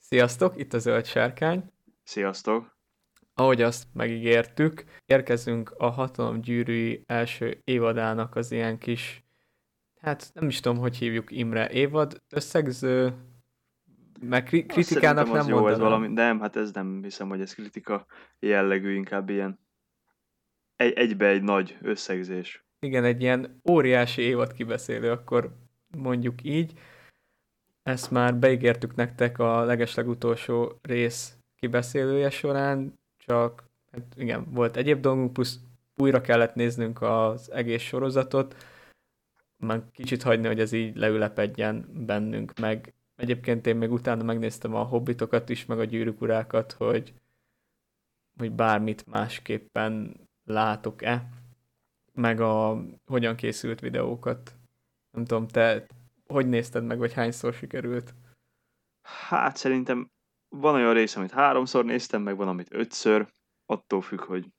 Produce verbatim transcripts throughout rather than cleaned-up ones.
Sziasztok, itt a Zöld Sárkány. Sziasztok! Ahogy azt megígértük, érkezünk a Hatalom gyűrűi első évadának az ilyen kis, hát nem is tudom, hogy hívjuk, Imre, évad összegző, meg kri- Azt szerintem kritikának nem az jó, ez valami, mondanám. nem, hát ez nem hiszem, hogy ez kritika jellegű, inkább ilyen egy, egybe egy nagy összegzés. Igen, egy ilyen óriási évad kibeszélő, akkor mondjuk így. Ezt már beígértük nektek a legeslegutolsó rész kibeszélője során, csak hát igen, volt egyéb dolgunk, plusz újra kellett néznünk az egész sorozatot, már kicsit hagyni, hogy ez így leülepedjen bennünk, meg egyébként én még utána megnéztem a Hobbitokat is, meg a Gyűrűk urákat, hogy, hogy bármit másképpen látok-e, meg a hogyan készült videókat. Nem tudom, te hogy nézted meg, vagy hányszor sikerült? Hát szerintem van olyan rész, amit háromszor néztem, meg van, amit ötször, attól függ, hogy,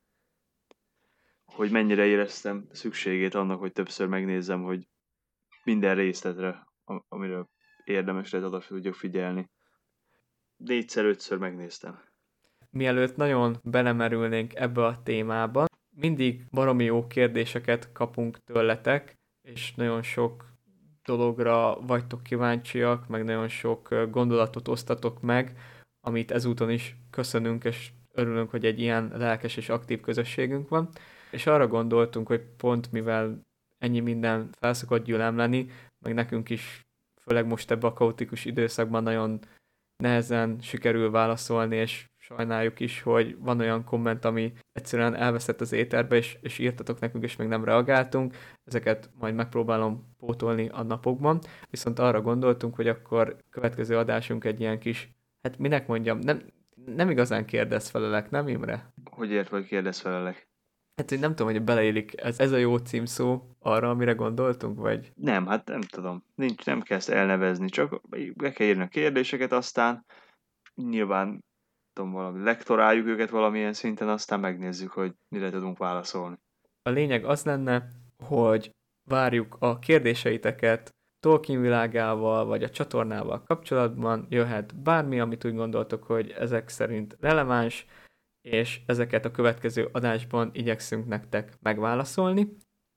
hogy mennyire éreztem szükségét annak, hogy többször megnézzem, hogy minden részletre, am- amire érdemes lehet oda tudjuk figyelni. Négyszer, ötször megnéztem. Mielőtt nagyon belemerülnénk ebbe a témába, mindig baromi jó kérdéseket kapunk tőletek, és nagyon sok dologra vagytok kíváncsiak, meg nagyon sok ö, gondolatot osztatok meg, amit ezúton is köszönünk, és örülünk, hogy egy ilyen lelkes és aktív közösségünk van. És arra gondoltunk, hogy pont mivel ennyi minden felszokott gyülemleni, meg nekünk is, főleg most ebben a kaotikus időszakban nagyon nehezen sikerül válaszolni, és sajnáljuk is, hogy van olyan komment, ami egyszerűen elveszett az éterbe, és, és írtatok nekünk, és még nem reagáltunk. Ezeket majd megpróbálom pótolni a napokban. Viszont arra gondoltunk, hogy akkor következő adásunk egy ilyen kis, hát minek mondjam, nem, nem igazán kérdez felelek, nem Imre? Hogy ért, vagy kérdez felelek? Hát hogy nem tudom, hogy beleillik ez, ez a jó címszó arra, amire gondoltunk, vagy? Nem, hát nem tudom. Nincs, nem kell ezt elnevezni, csak be kell írni a kérdéseket, aztán nyilván tudom, valami lektoráljuk őket valamilyen szinten, aztán megnézzük, hogy mire tudunk válaszolni. A lényeg az lenne, hogy várjuk a kérdéseiteket Tolkien világával, vagy a csatornával kapcsolatban, jöhet bármi, amit úgy gondoltok, hogy ezek szerint releváns, és ezeket a következő adásban igyekszünk nektek megválaszolni.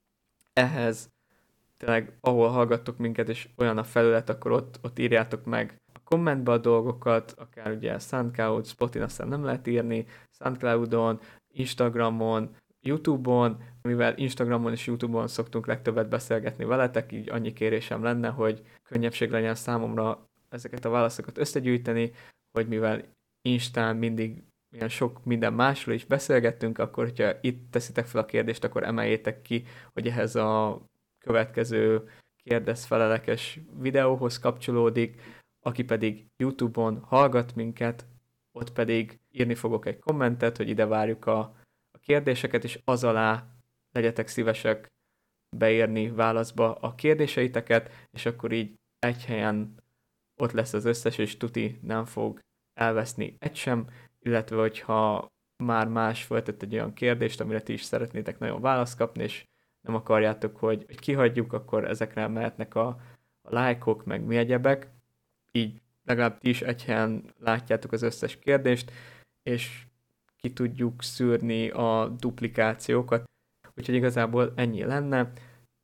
Ehhez tényleg, ahol hallgattok minket, és olyan a felület, akkor ott, ott írjátok meg a kommentbe a dolgokat, akár ugye SoundCloud, Spotify aztán nem lehet írni, SoundCloudon, Instagramon, YouTube-on, mivel Instagramon és YouTube-on szoktunk legtöbbet beszélgetni veletek, így annyi kérésem lenne, hogy könnyebbség legyen számomra ezeket a válaszokat összegyűjteni, hogy mivel Instán mindig ilyen sok minden másról is beszélgettünk, akkor hogyha itt teszitek fel a kérdést, akkor emeljétek ki, hogy ehhez a következő kérdezfelelekes videóhoz kapcsolódik, aki pedig YouTube-on hallgat minket, ott pedig írni fogok egy kommentet, hogy ide várjuk a, a kérdéseket, és az alá legyetek szívesek beírni válaszba a kérdéseiteket, és akkor így egy helyen ott lesz az összes, és tuti nem fog elveszni egy sem, illetve hogyha már más föltett egy olyan kérdést, amire ti is szeretnétek nagyon választ kapni, és nem akarjátok, hogy, hogy kihagyjuk, akkor ezekre mehetnek a, a lájkok, meg mi egyebek. Így legalább ti is egy helyen látjátok az összes kérdést, és ki tudjuk szűrni a duplikációkat. Úgyhogy igazából ennyi lenne.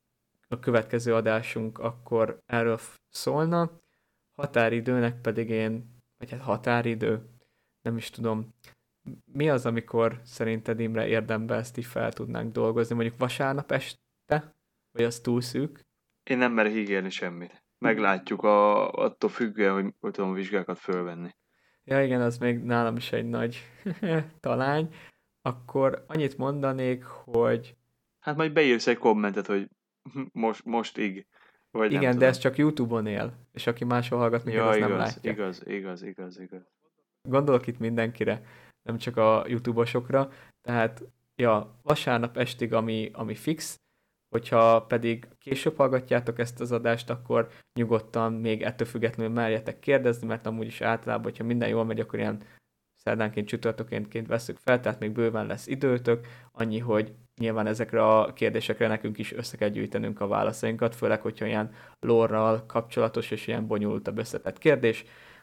A következő adásunk akkor erről szólna. Határidőnek pedig én, vagy hát határidő, nem is tudom, mi az, amikor szerinted Imre érdembe ezt így fel tudnánk dolgozni? Mondjuk vasárnap este? Vagy az túl szűk? Én nem merek ígérni semmit. Meglátjuk a, attól függően, hogy hogy tudom a vizsgákat fölvenni. Ja igen, az még nálam is egy nagy talány. Akkor annyit mondanék, hogy Hát majd beírsz egy kommentet, hogy most, most ig, vagy nem igen, de ez tudom. csak YouTube-on él, és aki máshol hallgat minket, Ja, az nem igaz, látja. igaz, igaz, igaz, igaz. Gondolok itt mindenkire, nem csak a YouTube-osokra, tehát ja, vasárnap estig, ami, ami fix, hogyha pedig később hallgatjátok ezt az adást, akkor nyugodtan még ettől függetlenül merjetek kérdezni, mert amúgy is általában, hogyha minden jól megy, akkor ilyen szerdánként, csütörtökénként veszük fel, tehát még bőven lesz időtök, annyi, hogy nyilván ezekre a kérdésekre nekünk is össze kell gyűjtenünk a válaszainkat, főleg, hogyha ilyen lore-ral kapcsolatos és ilyen bonyolultabb összetett kérdés,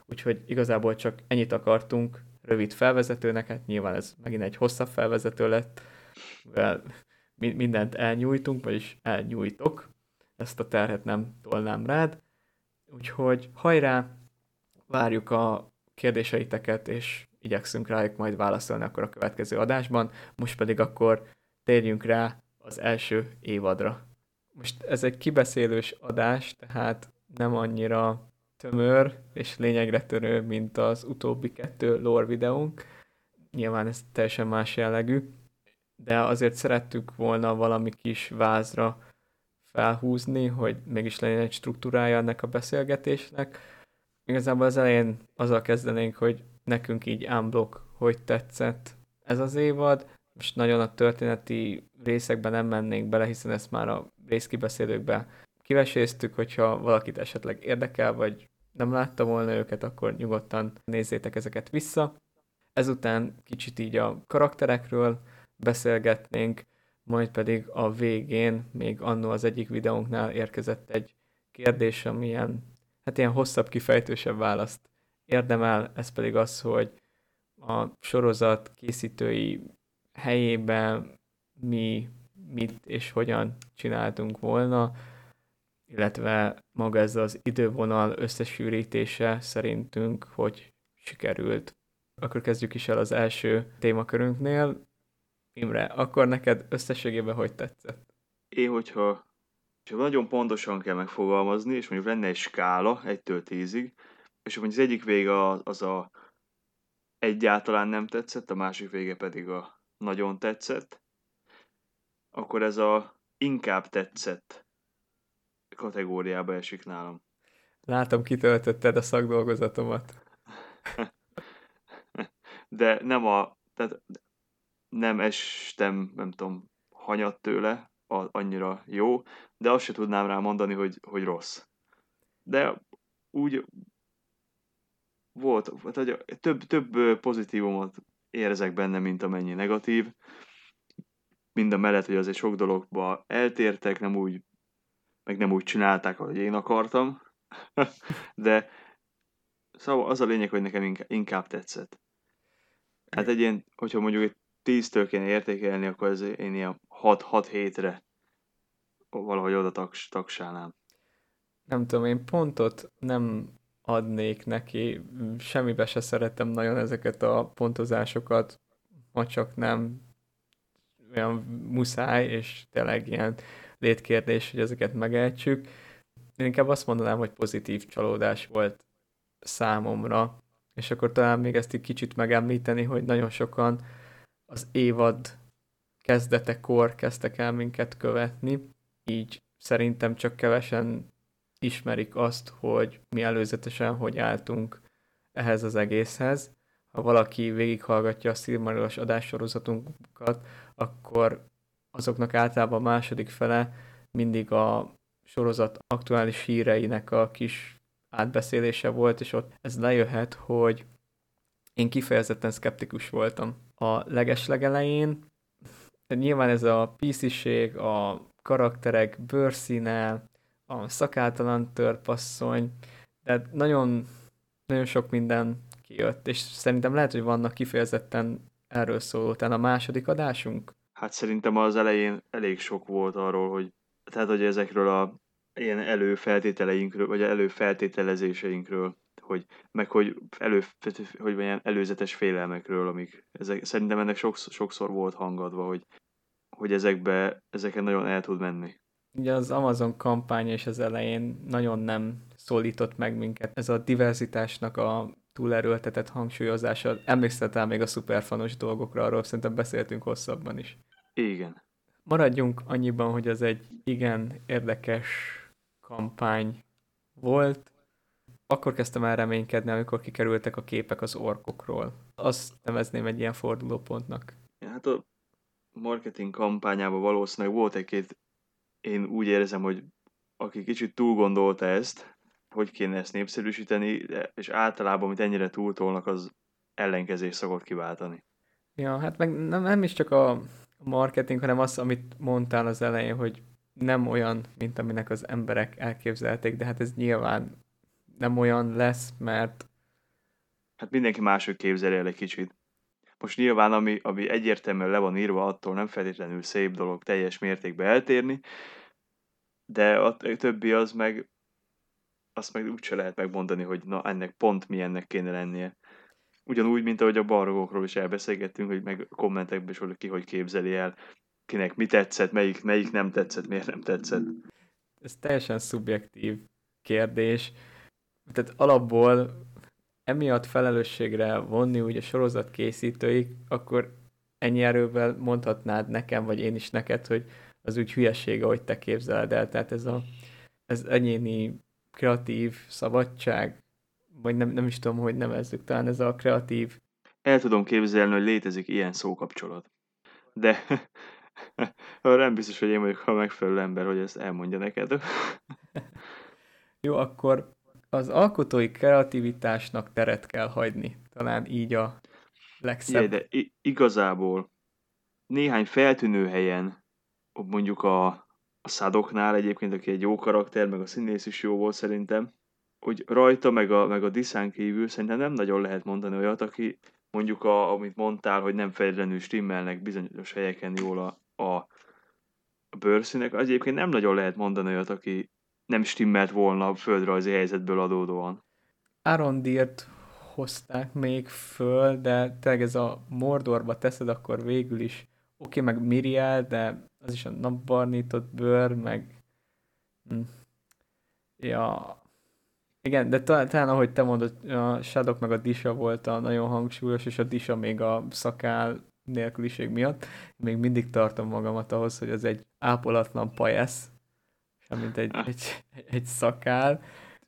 úgyhogy igazából csak ennyit akartunk rövid felvezetőnek, hát nyilván ez megint egy hosszabb felvezető lett, mivel mindent elnyújtunk, vagyis elnyújtok, ezt a terhet nem tolnám rád, úgyhogy hajrá, várjuk a kérdéseiteket, és igyekszünk rájuk majd válaszolni akkor a következő adásban, most pedig akkor térjünk rá az első évadra. Most ez egy kibeszélős adás, tehát nem annyira tömör és lényegre törő, mint az utóbbi kettő lore videónk. Nyilván ez teljesen más jellegű, de azért szerettük volna valami kis vázra felhúzni, hogy mégis legyen egy struktúrája ennek a beszélgetésnek. Igazából az elején azzal kezdenénk, hogy nekünk így unblock hogy tetszett ez az évad. Most nagyon a történeti részekben nem mennénk bele, hiszen ezt már a részkibeszélőkben kiveséztük, hogyha valakit esetleg érdekel, vagy nem látta volna őket, akkor nyugodtan nézzétek ezeket vissza. Ezután kicsit így a karakterekről beszélgetnénk, majd pedig a végén, még annó az egyik videónknál érkezett egy kérdés, amilyen, hát ilyen hosszabb, kifejtősebb választ érdemel, ez pedig az, hogy a sorozat készítői helyében mi mit és hogyan csináltunk volna, illetve maga ez az idővonal összesűrítése szerintünk, hogy sikerült. Akkor kezdjük is el az első témakörünknél. Imre, akkor neked összességében hogy tetszett? Én, hogyha csak nagyon pontosan kell megfogalmazni, és mondjuk lenne egy skála egytől tízig, és mondjuk az egyik vége az a egyáltalán nem tetszett, a másik vége pedig a nagyon tetszett, akkor ez a inkább tetszett kategóriába esik nálam. Látom, kitöltötted a szakdolgozatomat. De nem a, tehát nem estem, nem tudom, hanyat tőle, a, annyira jó, de azt se tudnám rá mondani, hogy, hogy rossz. De úgy volt, hogy több, több pozitívumot érzek benne, mint amennyi negatív. Mind a mellett, hogy azért sok dologba eltértek, nem úgy, meg nem úgy csinálták, ahogy én akartam. De szóval az a lényeg, hogy nekem inkább, inkább tetszett. Hát egy ilyen, hogyha mondjuk egy tíztől kéne értékelni, akkor ez én ilyen hat hétre valahogy oda taks, tagsálnám. Nem tudom, én pontot nem adnék neki, semmibe se szeretem nagyon ezeket a pontozásokat, ma csak nem olyan muszáj, és tényleg ilyen létkérdés, hogy ezeket megejtsük. Én inkább azt mondanám, hogy pozitív csalódás volt számomra, és akkor talán még ezt egy kicsit megemlíteni, hogy nagyon sokan az évad kezdetekor kezdtek el minket követni, így szerintem csak kevesen ismerik azt, hogy mi előzetesen hogy álltunk ehhez az egészhez. Ha valaki végighallgatja a Silmarillos adássorozatunkat, akkor azoknak általában a második fele mindig a sorozat aktuális híreinek a kis átbeszélése volt, és ott ez lejöhet, hogy én kifejezetten szkeptikus voltam. A legeslegelején nyilván ez a pé cé-ség, a karakterek bőrszíne, a szakáltalan törpasszony, de nagyon, nagyon sok minden kijött, és szerintem lehet, hogy vannak kifejezetten erről szóló, tehát a második adásunk. Hát szerintem az elején elég sok volt arról, hogy tehát, hogy ezekről a ilyen előfeltételeinkről, vagy előfeltételezéseinkről, hogy, meg hogy, elő, hogy ilyen előzetes félelmekről, amik ezek, szerintem ennek sokszor, sokszor volt hangadva, hogy, hogy ezekbe, ezeken nagyon el tud menni. Ugye az Amazon kampány és az elején nagyon nem szólított meg minket. Ez a diverzitásnak a túlerőltetett hangsúlyozása. Emlékszel még a szuperfanos dolgokra, arról szerintem beszéltünk hosszabban is. Igen. Maradjunk annyiban, hogy ez egy igen érdekes kampány volt. Akkor kezdtem el reménykedni, amikor kikerültek a képek az orkokról. Azt nevezném egy ilyen fordulópontnak. Hát a marketing kampányában valószínűleg volt egy-két, én úgy érzem, hogy aki kicsit túl gondolta ezt, hogy kéne ezt népszerűsíteni, és általában, amit ennyire túltolnak, az ellenkezés szokott kiváltani. Ja, hát meg nem, nem is csak a marketing, hanem az, amit mondtál az elején, hogy nem olyan, mint aminek az emberek elképzelték, de hát ez nyilván nem olyan lesz, mert Hát mindenki máshogy képzeli el egy kicsit. Most nyilván, ami, ami egyértelműen le van írva, attól nem feltétlenül szép dolog teljes mértékben eltérni, de a többi az meg, azt meg úgyse lehet megmondani, hogy na ennek pont milyennek kéne lennie. Ugyanúgy, mint ahogy a balrogokról is elbeszélgettünk, hogy meg kommentekben is hogy ki, hogy képzeli el, kinek mi tetszett, melyik, melyik nem tetszett, miért nem tetszett. Ez teljesen szubjektív kérdés. Tehát alapból emiatt felelősségre vonni úgy a sorozat készítőik, akkor ennyi erővel mondhatnád nekem, vagy én is neked, hogy az úgy hülyeség, ahogy te képzeled el. Tehát ez a ez egyéni kreatív szabadság, vagy nem, nem is tudom, hogy nevezzük, talán ez a kreatív. El tudom képzelni, hogy létezik ilyen szókapcsolat. De nem biztos, hogy én vagyok a megfelelő ember, hogy ezt elmondja neked. Jó, akkor az alkotói kreativitásnak teret kell hagyni. Talán így a legszebb. Jé, de igazából néhány feltűnő helyen, mondjuk a, a Sadoknál egyébként, aki egy jó karakter, meg a színész is jó volt szerintem, hogy rajta, meg a, meg a Diszán kívül szerintem nem nagyon lehet mondani olyat, aki mondjuk, a, amit mondtál, hogy nem feltétlenül stimmelnek bizonyos helyeken jól a, a, a bőrszínek, az egyébként nem nagyon lehet mondani olyat, aki nem stimmelt volna a földrajzi helyzetből adódóan. Arondirt hozták még föl, de tényleg ez a Mordorba teszed, akkor végül is oké, okay, meg Miriel, de az is a napbarnított bőr, meg hm. ja, igen, de talán, talán ahogy te mondod, a Shadok meg a Disha volt a nagyon hangsúlyos, és a Disha még a szakál nélküliség miatt. Még mindig tartom magamat ahhoz, hogy az egy ápolatlan pajesz, semmint egy, egy, egy szakál.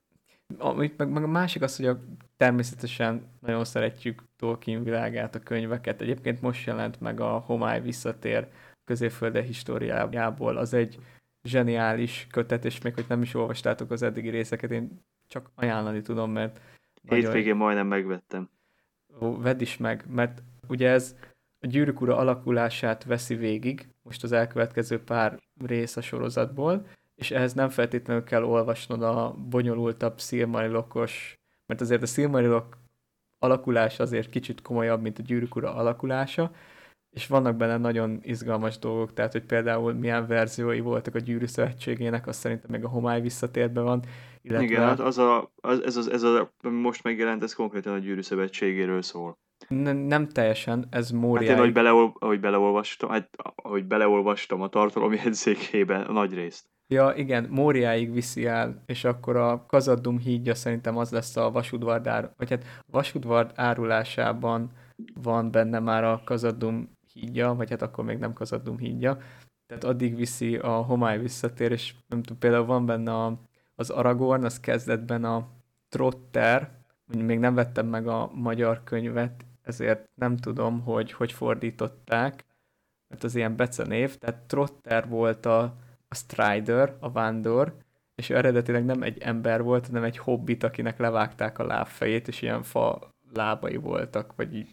Amit meg, meg a másik az, hogy a, természetesen nagyon szeretjük Tolkien világát, a könyveket. Egyébként most jelent meg a Homály visszatér Középfölde históriájából. Az egy zseniális kötet, és még hogy nem is olvastátok az eddigi részeket, én csak ajánlani tudom, mert... Hétvégén nagyon... majdnem megvettem. Ó, vedd is meg, mert ugye ez a Gyűrűk Ura alakulását veszi végig, most az elkövetkező pár rész a sorozatból, és ehhez nem feltétlenül kell olvasnod a bonyolultabb Silmarilokos, mert azért a Silmarilok alakulása azért kicsit komolyabb, mint a Gyűrűk Ura alakulása, és vannak benne nagyon izgalmas dolgok, tehát, hogy például milyen verziói voltak a Gyűrű Szövetségének, azt szerintem még a Homály visszatérben van. Illetve... Igen, hát az a, az, ez, az, ez a, ami most megjelent, ez konkrétan a Gyűrű Szövetségéről szól. Nem, nem teljesen, ez Móriáig. Hát én, ahogy, beleol, ahogy beleolvastam, hát, ahogy beleolvastam a tartalomjegyzékében a nagy részt. Ja, igen, Móriáig viszi el, és akkor a Khazad-dûm hídja szerintem az lesz a vasudvard ár... vagy hát a vasudvard árulásában van benne már a Khazad-dûm hídja, vagy hát akkor még nem Khazad-dûm hídja. Tehát addig viszi a Homály visszatér, és nem tudom, például van benne a, az Aragorn, az kezdetben a Trotter, még nem vettem meg a magyar könyvet, ezért nem tudom, hogy hogy fordították, mert az ilyen becenév, tehát Trotter volt a a Strider, a vándor, és ő eredetileg nem egy ember volt, hanem egy hobbit, akinek levágták a lábfejét, és ilyen fa lábai voltak, vagy így.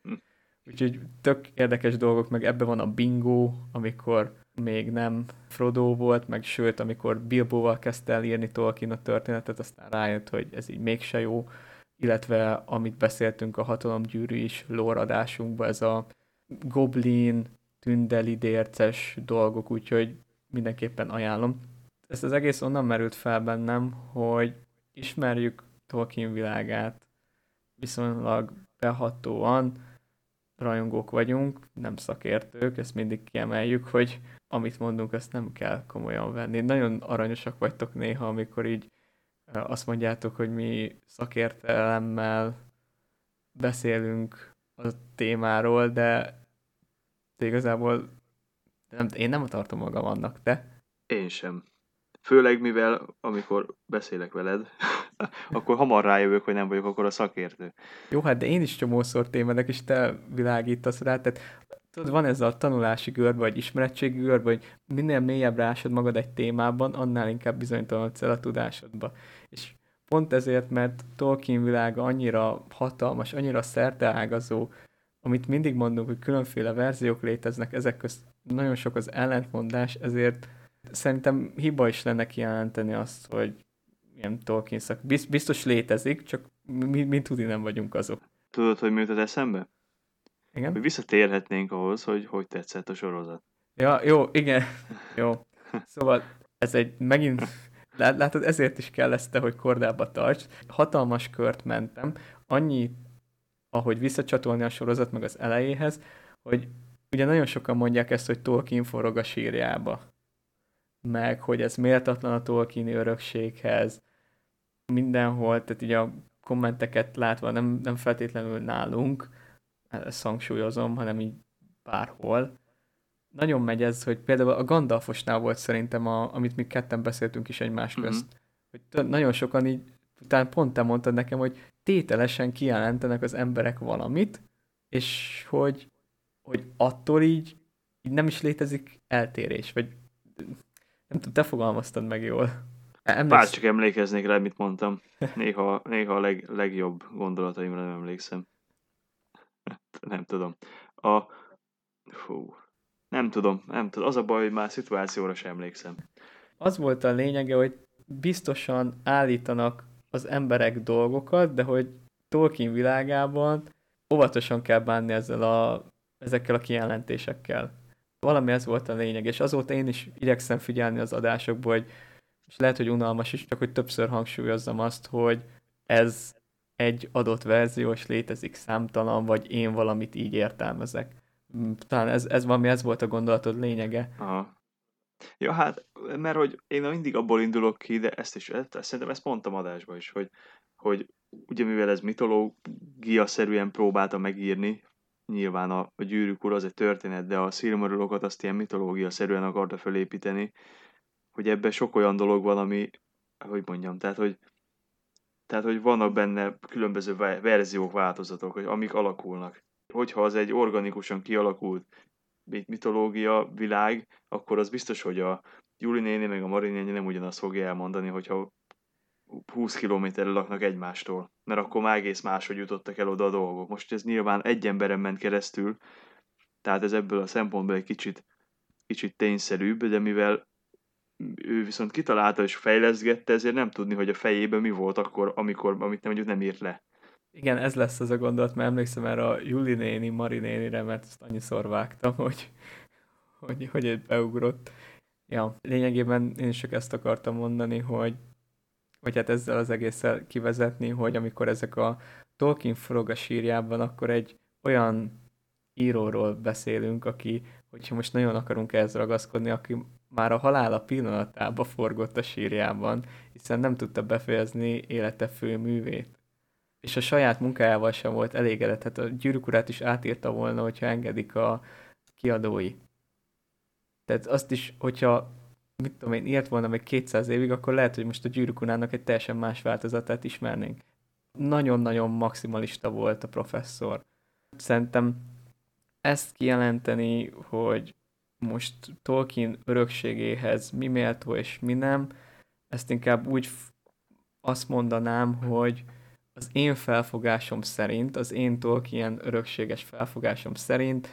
Úgyhogy tök érdekes dolgok, meg ebben van a Bingo, amikor még nem Frodo volt, meg sőt, amikor Bilbóval kezdte el írni Tolkien a történetet, aztán rájött, hogy ez így mégse jó, illetve amit beszéltünk a Hatalomgyűrű is lore adásunkban, ez a goblin, tündelidérces dolgok, úgyhogy mindenképpen ajánlom. Ezt az egész onnan merült fel bennem, hogy ismerjük Tolkien világát, viszonylag behatóan, rajongók vagyunk, nem szakértők, ezt mindig kiemeljük, hogy amit mondunk, azt nem kell komolyan venni. Nagyon aranyosak vagytok néha, amikor így azt mondjátok, hogy mi szakértelemmel beszélünk a témáról, de igazából nem, én nem tartom magam annak, te? Én sem. Főleg mivel, amikor beszélek veled, akkor hamar rájövök, hogy nem vagyok akkor a szakértő. Jó, hát de én is csomószor tévedek, és te világítasz rá, tehát tudod, van ez a tanulási görbe, vagy ismeretségi görbe, hogy minél mélyebbre ásod magad egy témában, annál inkább bizonytalanodsz el a tudásodba. És pont ezért, mert Tolkien világa annyira hatalmas, annyira szerteágazó, amit mindig mondunk, hogy különféle verziók léteznek, ezek közt nagyon sok az ellentmondás, ezért szerintem hiba is lenne kijelenteni azt, hogy ilyen Tolkien szak. Biztos létezik, csak mi, mi tudni nem vagyunk azok. Tudod, hogy mi jutott eszembe? Igen? Hogy visszatérhetnénk ahhoz, hogy hogy tetszett a sorozat. Ja, jó, igen, jó. Szóval ez egy, megint, lát- látod, ezért is kell ezt te, hogy kordába tarts. Hatalmas kört mentem, annyi, ahogy visszacsatolni a sorozat meg az elejéhez, hogy ugye nagyon sokan mondják ezt, hogy Tolkien forog a sírjába. Meg, hogy ez méltatlan a Tolkieni örökséghez, mindenhol, tehát ugye a kommenteket látva nem, nem feltétlenül nálunk, ezt hangsúlyozom, hanem így bárhol. Nagyon megy ez, hogy például a Gandalfosnál volt szerintem, a, amit mi ketten beszéltünk is egymás közt, uh-huh. hogy t- nagyon sokan így, utána pont te mondtad nekem, hogy tételesen kijelentenek az emberek valamit, és hogy, hogy attól így, így nem is létezik eltérés, vagy nem tudom, te fogalmaztad meg jól. Emléksz... Bár csak emlékeznék rá, mit mondtam. Néha, néha a leg, legjobb gondolataimra nem emlékszem. Nem tudom. A... Fú. Nem tudom, nem tudom. Az a baj, hogy már szituációra sem emlékszem. Az volt a lényege, hogy biztosan állítanak az emberek dolgokat, de hogy Tolkien világában óvatosan kell bánni ezzel a, ezekkel a kijelentésekkel. Valami ez volt a lényeg, és azóta én is igyekszem figyelni az adásokból, hogy és lehet, hogy unalmas is, csak hogy többször hangsúlyozzam azt, hogy ez egy adott verzió, és létezik számtalan, vagy én valamit így értelmezek. Talán ez, ez valami, ez volt a gondolatod lényege. Aha. Ja, hát, mert hogy én mindig abból indulok ki, de ezt is, ezt, szerintem ezt mondtam adásban is, hogy, hogy ugye mivel ez mitológia-szerűen próbálta megírni, nyilván a, a Gyűrűk Ura az egy történet, de a Silmarillokat azt ilyen mitológia-szerűen akarta fölépíteni, hogy ebben sok olyan dolog van, ami, hogy mondjam, tehát, hogy tehát, hogy vannak benne különböző verziók, változatok, hogy amik alakulnak. Hogyha az egy organikusan kialakult mitológia, világ, akkor az biztos, hogy a Juli néni meg a Mari néni nem ugyanazt fogja elmondani, hogyha húsz kilométerre laknak egymástól, mert akkor már egész máshogy jutottak el oda a dolgok. Most ez nyilván egy emberen ment keresztül, tehát ez ebből a szempontból egy kicsit, kicsit tényszerűbb, de mivel ő viszont kitalálta és fejleszgette, ezért nem tudni, hogy a fejében mi volt akkor, amikor, amit nem, mondjuk nem írt le. Igen, ez lesz az a gondolat, mert emlékszem erre a Juli néni, Mari nénire, mert ezt annyiszor vágtam, hogy, hogy, hogy egy beugrott. Ja, lényegében én is csak ezt akartam mondani, hogy vagy hát ezzel az egésszel kivezetni, hogy amikor ezek a Tolkien forog a sírjában, akkor egy olyan íróról beszélünk, aki, hogyha most nagyon akarunk ehhez ragaszkodni, aki már a halála pillanatába forgott a sírjában, hiszen nem tudta befejezni élete fő művét. És a saját munkájával sem volt elégedett, hát a Gyűrűk Urát is átírta volna, hogyha engedik a kiadói. Tehát azt is, hogyha mit tudom én, írt volna még kétszáz évig, akkor lehet, hogy most a Gyűrűk Urának egy teljesen más változatát ismernénk. Nagyon-nagyon maximalista volt a professzor. Szerintem ezt kijelenteni, hogy most Tolkien örökségéhez mi méltó és mi nem, ezt inkább úgy azt mondanám, hogy az én felfogásom szerint, az én Tolkien örökséges felfogásom szerint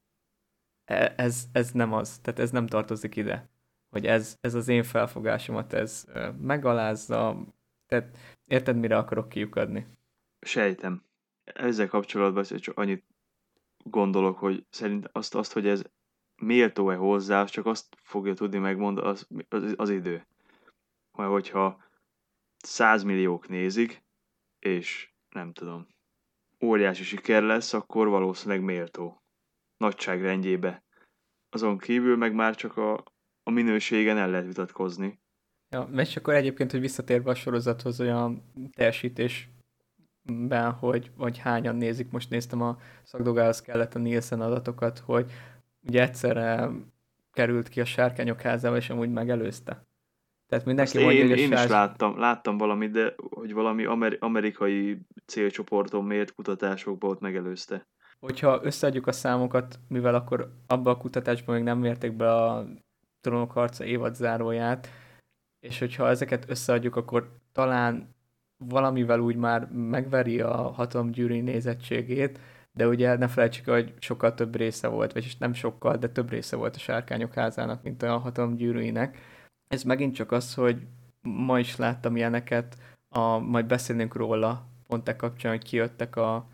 ez, ez nem az, tehát ez nem tartozik ide. Hogy ez, ez az én felfogásomat, ez megalázza, tehát érted, mire akarok kiukadni? Sejtem. Ezzel kapcsolatban csak annyit gondolok, hogy szerint azt, azt hogy ez méltó-e hozzá, csak azt fogja tudni megmondani az, az, az idő. Mert hogyha százmilliók nézik, és nem tudom, óriási siker lesz, akkor valószínűleg méltó. Nagyságrendjébe. Azon kívül meg már csak a, a minőségen el lehet vitatkozni. Ja, és akkor egyébként, hogy visszatérve a sorozathoz olyan teljesítésben, hogy, hogy hányan nézik, most néztem a Szakdogához kellett a Nielsen adatokat, hogy ugye egyszerre került ki a Sárkányok házába, és amúgy megelőzte. Tehát mindenki mondja, én, hogy a én sár... is láttam, láttam valamit, de hogy valami amer- amerikai célcsoporton mért kutatásokban ott megelőzte. Hogyha összeadjuk a számokat, mivel akkor abban a kutatásban még nem mérték be a Trónok harca évadzáróját, és hogyha ezeket összeadjuk, akkor talán valamivel úgy már megveri a Hatalomgyűrű nézettségét, de ugye ne felejtsük, hogy sokkal több része volt, vagyis nem sokkal, de több része volt a Sárkányok házának, mint a Hatalomgyűrűinek. Ez megint csak az, hogy ma is láttam ilyeneket, a, majd beszélnénk róla pont e kapcsán, hogy kijöttek a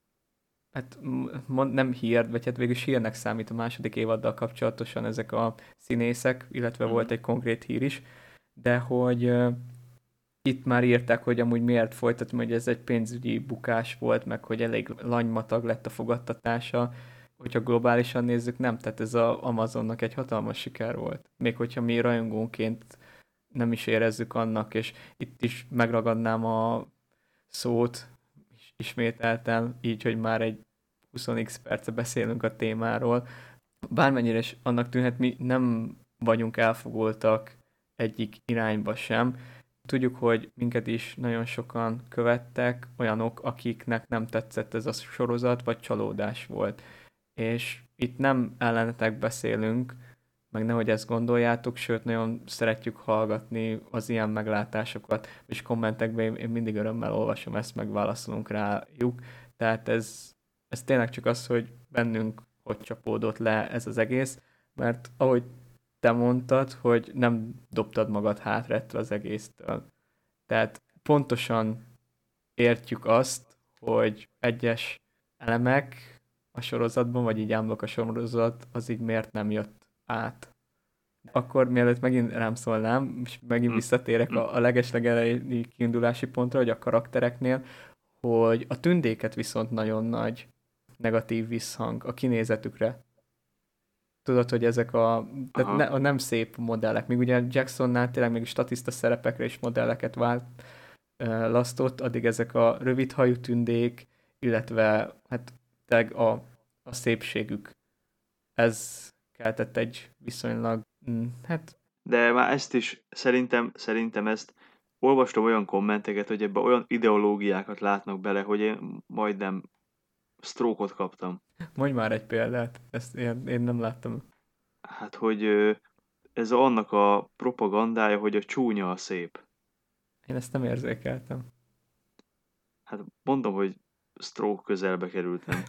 hát mond, nem hír, vagy hát végül hírnek számít a második évaddal kapcsolatosan ezek a színészek, illetve Mhm. volt egy konkrét hír is, de hogy uh, itt már írták, hogy amúgy miért folytatom, hogy ez egy pénzügyi bukás volt, meg hogy elég lanymatag lett a fogadtatása, hogyha globálisan nézzük, nem, tehát ez az Amazonnak egy hatalmas siker volt. Még hogyha mi rajongónként nem is érezzük annak, és itt is megragadnám a szót, is- ismételtem, így, hogy már egy húsz x perce beszélünk a témáról. Bármennyire is annak tűnhet, mi nem vagyunk elfogultak egyik irányba sem. Tudjuk, hogy minket is nagyon sokan követtek, olyanok, akiknek nem tetszett ez a sorozat, vagy csalódás volt. És itt nem ellenetek beszélünk, meg nehogy ezt gondoljátok, sőt, nagyon szeretjük hallgatni az ilyen meglátásokat, és kommentekben én, én mindig örömmel olvasom ezt, meg válaszolunk rájuk. Tehát ez, ez tényleg csak az, hogy bennünk hogy csapódott le ez az egész, mert ahogy te mondtad, hogy nem dobtad magad hátra ettől az egésztől. Tehát pontosan értjük azt, hogy egyes elemek a sorozatban, vagy így ámblok a sorozat, az így miért nem jött át. Akkor mielőtt megint rám szólnám, és megint Mm. visszatérek Mm. a, a legeslegelejé kiindulási pontra, hogy a karaktereknél, hogy a tündéket viszont nagyon nagy negatív visszhang a kinézetükre. Tudod, hogy ezek a, tehát Aha. ne, a nem szép modellek, míg ugye Jacksonnál tényleg még statiszta szerepekre is modelleket választott, addig ezek a rövidhajú tündék, illetve hát tényleg a, a szépségük. Ez keltett egy viszonylag, mm, hát De már ezt is, szerintem, szerintem ezt olvastam olyan kommenteket, hogy ebbe olyan ideológiákat látnak bele, hogy én majdnem sztrókot kaptam. mondj már egy példát, ezt én, én nem láttam. Hát, hogy ö, ez annak a propagandája, hogy a csúnya a szép. Én ezt nem érzékeltem. Hát mondom, hogy stroke közelbe kerültem.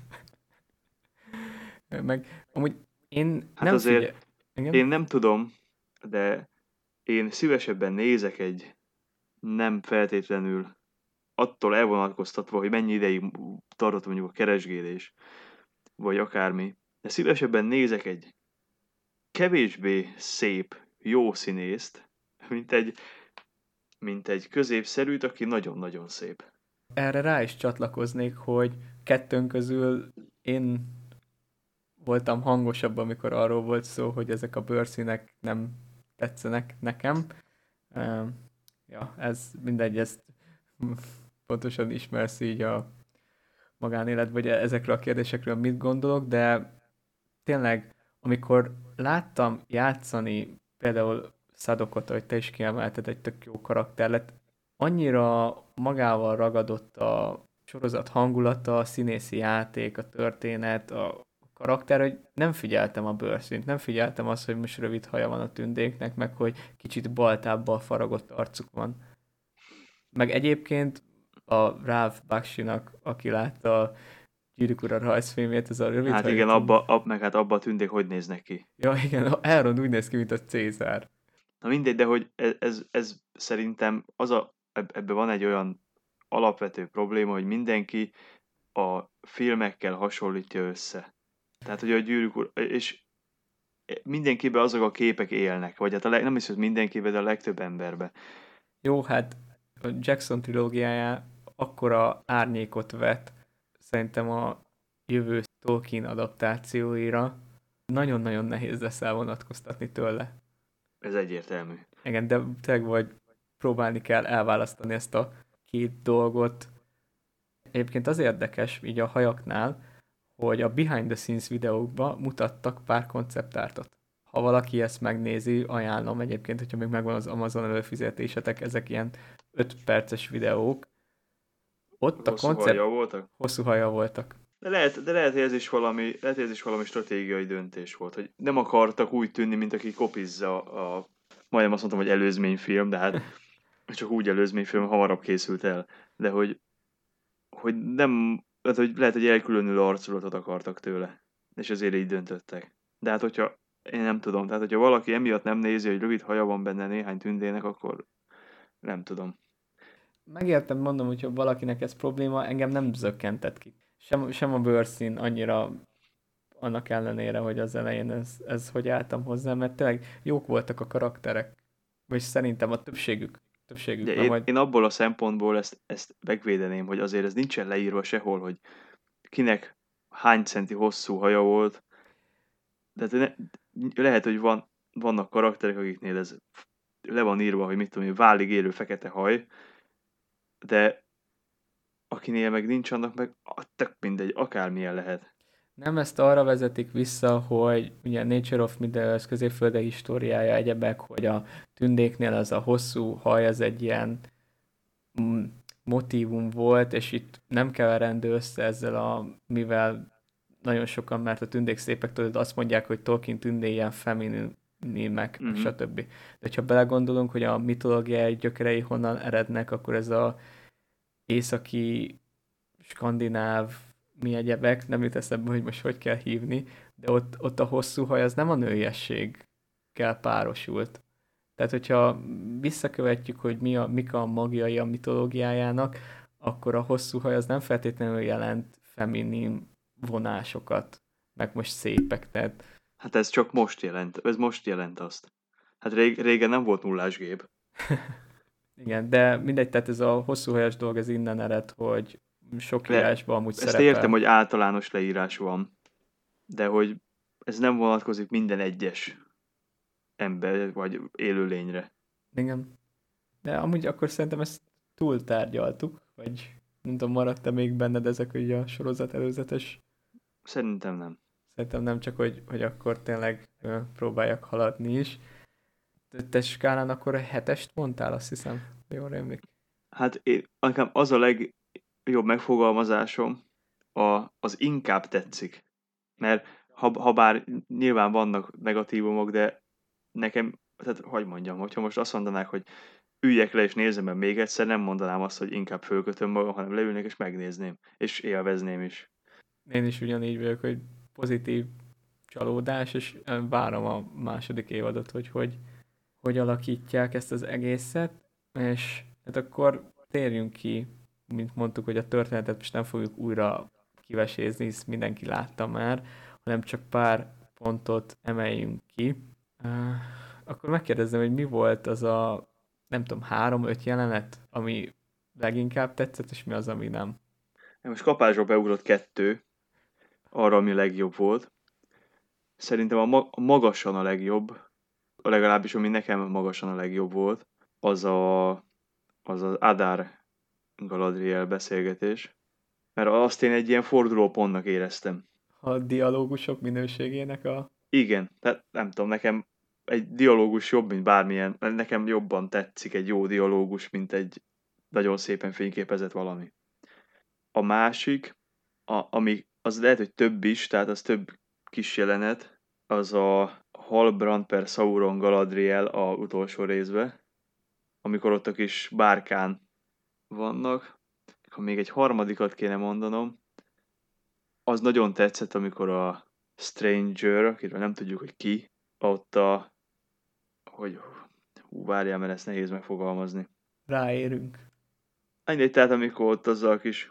Meg amúgy én Hát nem azért figyel... Igen? én nem tudom, de én szívesebben nézek egy nem feltétlenül attól elvonatkoztatva, hogy mennyi ideig tartott mondjuk a keresgélés, vagy akármi. De szívesebben nézek egy kevésbé szép, jó színészt, mint egy, mint egy középszerűt, aki nagyon-nagyon szép. Erre rá is csatlakoznék, hogy kettőnk közül én voltam hangosabb, amikor arról volt szó, hogy ezek a bőrszínek nem tetszenek nekem. Uh, ja, ez mindegy, ezt pontosan ismersz így a magánéletben, vagy ezekről a kérdésekről mit gondolok, de tényleg, amikor láttam játszani például Sadokot, ahogy te is kiemelted, egy tök jó karakter lett, annyira magával ragadott a sorozat hangulata, a színészi játék, a történet, a karakter, hogy nem figyeltem a bőrszínt, nem figyeltem azt, hogy most rövid haja van a tündéknek, meg hogy kicsit baltábbal faragott arcuk van. Meg egyébként a Ralph Bakshinak, aki látta a Gyűrűk Ura rajzfilmét, ez a rövid Hát hajú igen, tündék. abba, ab, meg hát abba a tündék hogy néznek ki. Ja, igen, Elrond úgy néz ki, mint a Cézár. Na mindegy, de hogy ez, ez, ez szerintem az a, eb- ebbe van egy olyan alapvető probléma, hogy mindenki a filmekkel hasonlítja össze. Tehát, hogy a Gyűrűk Ura, és mindenkiben azok a képek élnek, vagy hát a leg, nem is, hogy mindenkiben, de a legtöbb emberbe. Jó, hát a Jackson trilógiája akkora árnyékot vet szerintem a jövő Tolkien adaptációira. Nagyon-nagyon nehéz lesz elvonatkoztatni tőle. Ez egyértelmű. Igen, de tényleg vagy próbálni kell elválasztani ezt a két dolgot. Egyébként az érdekes, így a hajaknál, hogy a behind the scenes videókban mutattak pár konceptártot. Ha valaki ezt megnézi, ajánlom egyébként, hogyha még megvan az Amazon előfizetésetek, ezek ilyen öt perces videók. Ott a Hosszú koncept... hajjal voltak? Hosszú haja voltak. De lehet, de lehet, hogy ez is valami, lehet, hogy ez is valami stratégiai döntés volt, hogy nem akartak úgy tűnni, mint aki kopizza a, majdnem azt mondtam, hogy előzményfilm, de hát csak úgy előzményfilm, hamarabb készült el. De hogy, hogy nem, lehet, hogy lehet, hogy elkülönülő arculatot akartak tőle, és ezért így döntöttek. De hát, hogyha én nem tudom, tehát hogyha valaki emiatt nem nézi, hogy rövid haja van benne néhány tündének, akkor nem tudom. megértem, mondom, hogyha valakinek ez probléma, engem nem zökkentett ki. Sem, sem a bőrszín annyira annak ellenére, hogy az elején ez, ez hogy álltam hozzá, mert tényleg jók voltak a karakterek. Vagy szerintem a többségük. Többségük, Ugye nem én, vagy... én abból a szempontból ezt, ezt megvédeném, hogy azért ez nincsen leírva sehol, hogy kinek hány centi hosszú haja volt. De ne, lehet, hogy van, vannak karakterek, akiknél ez le van írva, hogy mit tudom én, válig érő fekete haj, de akinél meg nincs, annak meg ah, tök mindegy, akármilyen lehet. Nem ezt arra vezetik vissza, hogy ugye Nature of Middle-earth középfölde históriája egyebek, hogy a tündéknél az a hosszú haj az egy ilyen mm, motívum volt, és itt nem keverendő össze ezzel a, mivel nagyon sokan, mert a tündék szépek, tudod, azt mondják, hogy Tolkien tündé ilyen feminimek, Mhm. stb. De ha belegondolunk, hogy a mitológiai gyökerei honnan erednek, akkor ez a északi skandináv mi egyebek, nem jut eszembe, hogy most hogy kell hívni, de ott, ott a hosszú haj az nem a nőiességgel párosult. Tehát, hogyha visszakövetjük, hogy mi a, mik a magjai a mitológiájának, akkor a hosszú haj az nem feltétlenül jelent feminin vonásokat, meg most szépek, tehát Hát ez csak most jelent, ez most jelent azt. Hát rég, régen nem volt nullás gép. igen, de mindegy, tehát ez a hosszú hajas dolog, ez innen ered, hogy sok De írásban amúgy ezt szerepel. értem, hogy általános leírás van, de hogy ez nem vonatkozik minden egyes ember vagy élőlényre. Igen. De amúgy akkor szerintem ezt túl tárgyaltuk, vagy nem tudom, maradt-e még benned ezek ugye a sorozat előzetes? Szerintem nem. Szerintem nem, csak hogy, hogy akkor tényleg ö, próbáljak haladni is. Te te skálán akkor a hetest mondtál, azt hiszem. Jól rémlik. Hát én, nekem az a legjobb megfogalmazásom, a, az inkább tetszik. Mert ha, ha bár nyilván vannak negatívumok, de nekem, tehát hogy mondjam, hogyha most azt mondanák, hogy üljek le és nézzem meg még egyszer, nem mondanám azt, hogy inkább fölkötöm magam, hanem leülnék és megnézném. És élvezném is. Én is ugyanígy vagyok, hogy pozitív csalódás, és ö, várom a második évadot, hogy hogy, hogy alakítják ezt az egészet, és hát akkor térjünk ki, mint mondtuk, hogy a történetet most nem fogjuk újra kivesézni, hisz mindenki látta már, hanem csak pár pontot emeljünk ki. Uh, akkor megkérdezem, hogy mi volt az a, nem tudom, három-öt jelenet, ami leginkább tetszett, és mi az, ami nem. Most kapásba beugrott kettő, arra, ami legjobb volt. Szerintem a, ma- a magasan a legjobb, a legalábbis ami nekem magasan a legjobb volt, az a, az, az Adar Galadriel beszélgetés. Mert azt én egy ilyen fordulópontnak éreztem. A dialógusok minőségének a... Igen, tehát nem tudom, nekem egy dialógus jobb, mint bármilyen, nekem jobban tetszik egy jó dialógus, mint egy nagyon szépen fényképezett valami. A másik, a, ami az lehet, hogy több is, tehát az több kis jelenet, az a Halbrand per Sauron Galadriel a utolsó részbe, amikor ott a kis bárkán vannak. Ha még egy harmadikat kéne mondanom, az nagyon tetszett, amikor a Stranger, akiről nem tudjuk, hogy ki, ott a, hogy hú, várjál, mert ezt nehéz megfogalmazni. Ráérünk. Annyi, tehát amikor ott azzal a kis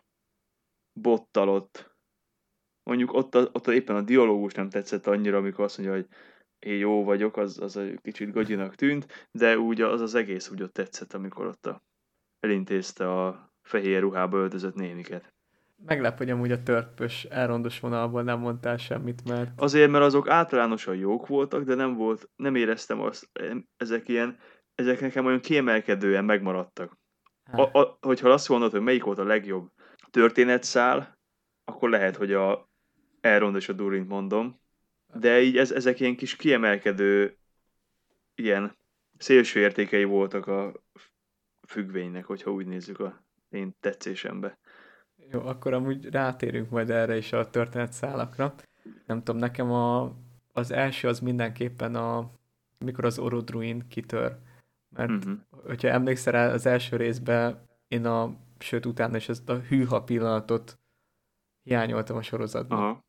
bottal ott, mondjuk ott, a, ott éppen a dialógus nem tetszett annyira, amikor azt mondja, hogy én jó vagyok, az, az egy kicsit gagyinak tűnt, de úgy az az egész úgy ott tetszett, amikor ott a, elintézte a fehér ruhába öltözött néniket. Meglep, hogy amúgy a törpös elrondos vonalból nem mondtál semmit, mert... Azért, mert azok általánosan jók voltak, de nem volt, nem éreztem azt, ezek ilyen, ezek nekem olyan kiemelkedően megmaradtak. A, a, hogyha azt mondod, hogy melyik volt a legjobb történetszál, akkor lehet, hogy a Elrond és a Durint mondom, de így ez, ezek ilyen kis kiemelkedő, ilyen szélső értékei voltak a függvénynek, hogyha úgy nézzük a én tetszésembe. Jó, akkor amúgy rátérünk majd erre is a történetszálakra. Nem tudom, nekem a, az első az mindenképpen a, mikor az Orodruin kitör. Mert Uh-huh. hogyha emlékszel rá, az első részben én a, sőt utána is ezt a hűha pillanatot hiányoltam a sorozatban. Aha.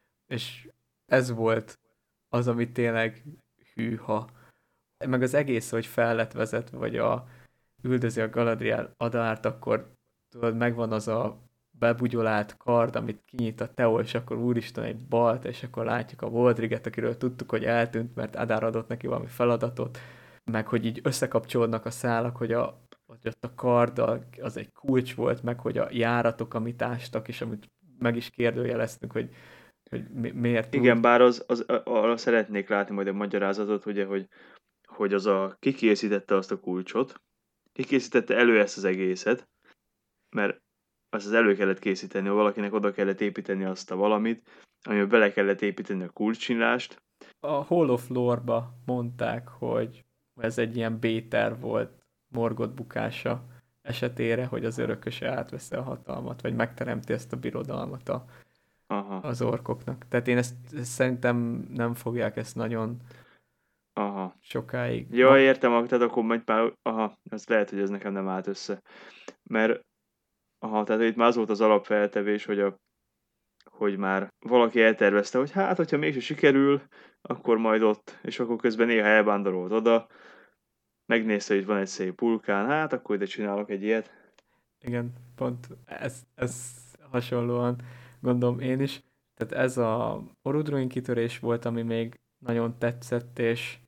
És ez volt az, ami tényleg hűha. Meg az egész, hogy fel lett vezetve, vagy a üldözi a Galadriel Adárt, akkor tudod, megvan az a bebugyolált kard, amit kinyit a Teo, és akkor úristen egy balt, és akkor látjuk a Voldriget, akiről tudtuk, hogy eltűnt, mert Adár adott neki valami feladatot, meg hogy így összekapcsolódnak a szálak, hogy, a, hogy ott a kard az egy kulcs volt, meg hogy a járatok, amit ástak, és amit meg is kérdőjeleztünk, hogy, hogy mi, miért Igen, úgy. bár az, az, arra szeretnék látni majd a magyarázatot, ugye, hogy, hogy az a, ki készítette azt a kulcsot, ki készítette elő ezt az egészet, mert azt az elő kellett készíteni, hogy valakinek oda kellett építeni azt a valamit, amiben bele kellett építeni a kulcscsinlást. A Hall of Lore-ba mondták, hogy ez egy ilyen B-terv volt Morgoth bukása esetére, hogy az örököse átveszi a hatalmat, vagy megteremti ezt a birodalmat a, Aha, az orkoknak. Tehát én ezt, ezt szerintem nem fogják ezt nagyon aha. sokáig. Ja, Ma- értem, tehát akkor majd már, aha, ez lehet, hogy ez nekem nem állt össze. Mert, aha, tehát itt már az volt az alapfeltevés, hogy, a, hogy már valaki eltervezte, hogy hát, hogyha mégse sikerül, akkor majd ott, és akkor közben néha elvándorolt oda, megnézte, hogy van egy szép vulkán, hát akkor ide csinálok egy ilyet. Igen, pont ez, ez hasonlóan gondolom én is. Tehát ez a Orudruin kitörés volt, ami még nagyon tetszett, és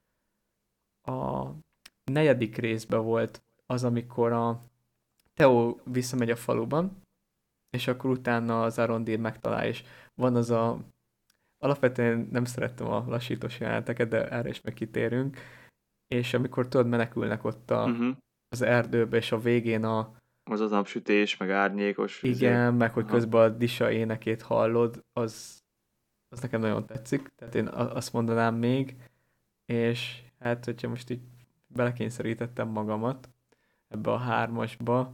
a negyedik részben volt az, amikor a Theo visszamegy a faluban, és akkor utána az Arondir megtalál, és van az a... Alapvetően nem szerettem a lassítós jeleneteket, de erre is meg kitérünk, és amikor tudod, menekülnek ott a, Uh-huh. az erdőbe, és a végén a... Az az napsütés, meg árnyékos. Igen, meg hogy Aha. közben a Disa énekét hallod, az, az nekem nagyon tetszik, tehát én a- azt mondanám még, és hát, hogyha most így belekényszerítettem magamat ebbe a hármasba,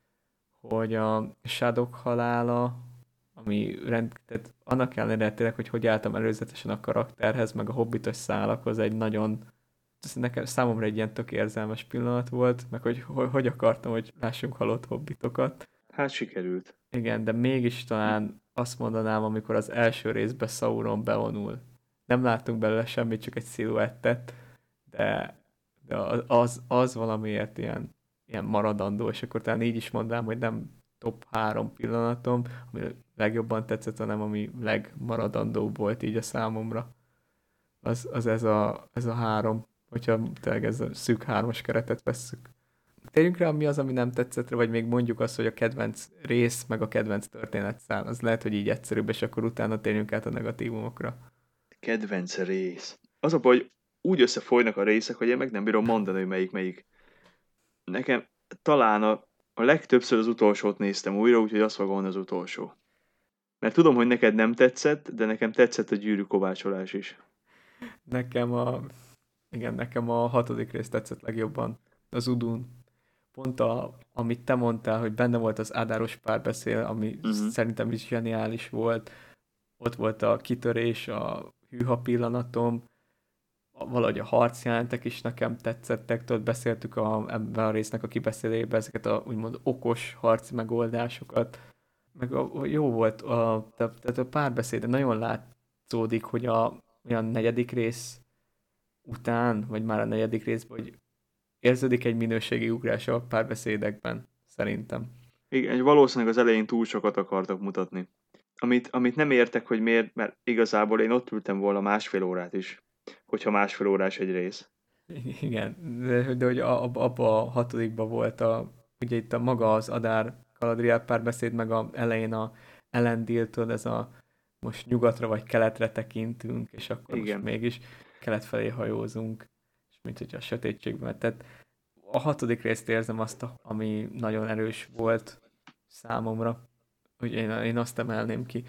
hogy a Shadok halála, ami rend, tehát annak ellenére tényleg, hogy hogy álltam előzetesen a karakterhez, meg a hobbitos szálakhoz, egy nagyon, ez nekem számomra egy ilyen tök érzelmes pillanat volt, meg hogy hogy, hogy akartam, hogy lássunk halott hobbitokat. Hát sikerült. Igen, de mégis talán azt mondanám, amikor az első részben Sauron bevonul. Nem látunk belőle semmit, csak egy sziluettet, de, de az, az valamiért ilyen, ilyen maradandó, és akkor talán így is mondanám, hogy nem top három pillanatom, ami legjobban tetszett, hanem ami legmaradandóbb volt így a számomra. Az, az ez, a, ez a három, hogyha tényleg ez a szűk hármas keretet vesszük. Térjünk rá, mi az, ami nem tetszett, vagy még mondjuk azt, hogy a kedvenc rész, meg a kedvenc történetszál. Az lehet, hogy így egyszerűbb, és akkor utána térjünk át a negatívumokra. Kedvenc rész. Az a baj, hogy úgy összefolynak a részek, hogy én meg nem bírom mondani, hogy melyik melyik. Nekem talán a, a legtöbbször az utolsót néztem újra, úgyhogy azt fogom mondani az utolsó. Mert tudom, hogy neked nem tetszett, de nekem tetszett a gyűrű kovácsolás is. Nekem a, igen, nekem a hatodik rész tetszett legjobban. Az Udun. Pont a, amit te mondtál, hogy benne volt az ádáros párbeszél, ami Uh-huh. szerintem is zseniális volt. Ott volt a kitörés, a hűha pillanatom, a- valahogy a harcjelentek is nekem tetszettek, tudod, beszéltük a, ebben a résznek a kibeszélében ezeket a úgymond okos harci megoldásokat, meg a, a jó volt, a, tehát a párbeszéd nagyon látszódik, hogy a olyan negyedik rész után, vagy már a negyedik részben, hogy érződik egy minőségi ugrás a párbeszédekben, szerintem. Igen, valószínűleg az elején túl sokat akartak mutatni. Amit, amit nem értek, hogy miért, mert igazából én ott ültem volna másfél órát is, hogyha másfél órás egy rész. Igen, de, de hogy ab, abba a hatodikban volt a, ugye itt a maga az Adár Galadriel párbeszéd, meg a elején a Elendil-től ez a most nyugatra vagy keletre tekintünk, és akkor Igen. most mégis kelet felé hajózunk, és mint hogy a sötétségben. Tehát a hatodik részt érzem azt, a- ami nagyon erős volt számomra, hogy én, én azt emelném ki.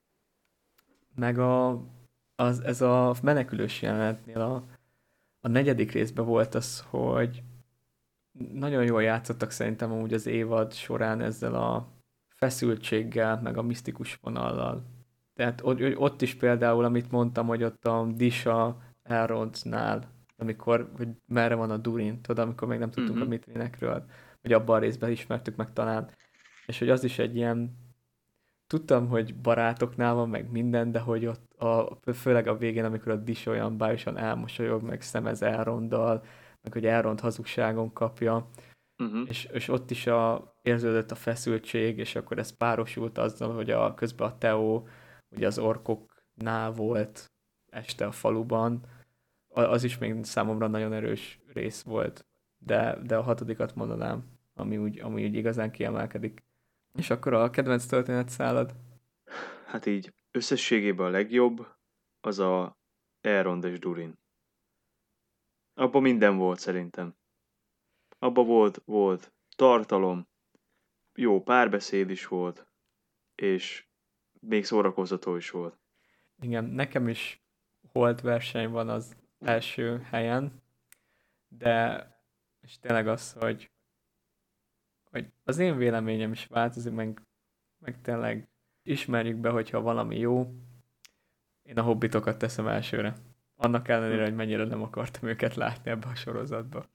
Meg a, az, ez a menekülős jelenetnél a, a negyedik részben volt az, hogy nagyon jól játszottak szerintem amúgy az évad során ezzel a feszültséggel, meg a misztikus vonallal. Tehát ott, ott is például, amit mondtam, hogy ott a Disha Elrondnál, amikor, hogy merre van a Durin, tudod, amikor még nem tudtunk Mhm. a Mitrinekről, vagy abban a részben ismertük meg talán, és hogy az is egy ilyen, tudtam, hogy barátoknál van, meg minden, de hogy ott a, főleg a végén, amikor a Disha olyan bájosan elmosolyog, meg szemez Elronddal, meg hogy Elrond hazugságon kapja, uh-huh. és, és ott is a, érződött a feszültség, és akkor ez párosult azzal, hogy a, közben a Theo ugye az orkoknál volt este a faluban, az is még számomra nagyon erős rész volt, de, de a hatodikat mondanám, ami úgy, ami úgy igazán kiemelkedik. És akkor a kedvenc történetszálad? Hát így összességében a legjobb az a Elrond és Durin. Abban minden volt szerintem. Abban volt, volt tartalom, jó párbeszéd is volt, és még szórakoztató is volt. Igen, nekem is holt verseny van az első helyen, de és tényleg az, hogy, hogy az én véleményem is változik, meg, meg tényleg ismerjük be, hogyha valami jó, én a hobbitokat teszem elsőre. Annak ellenére, hogy mennyire nem akartam őket látni ebbe a sorozatba.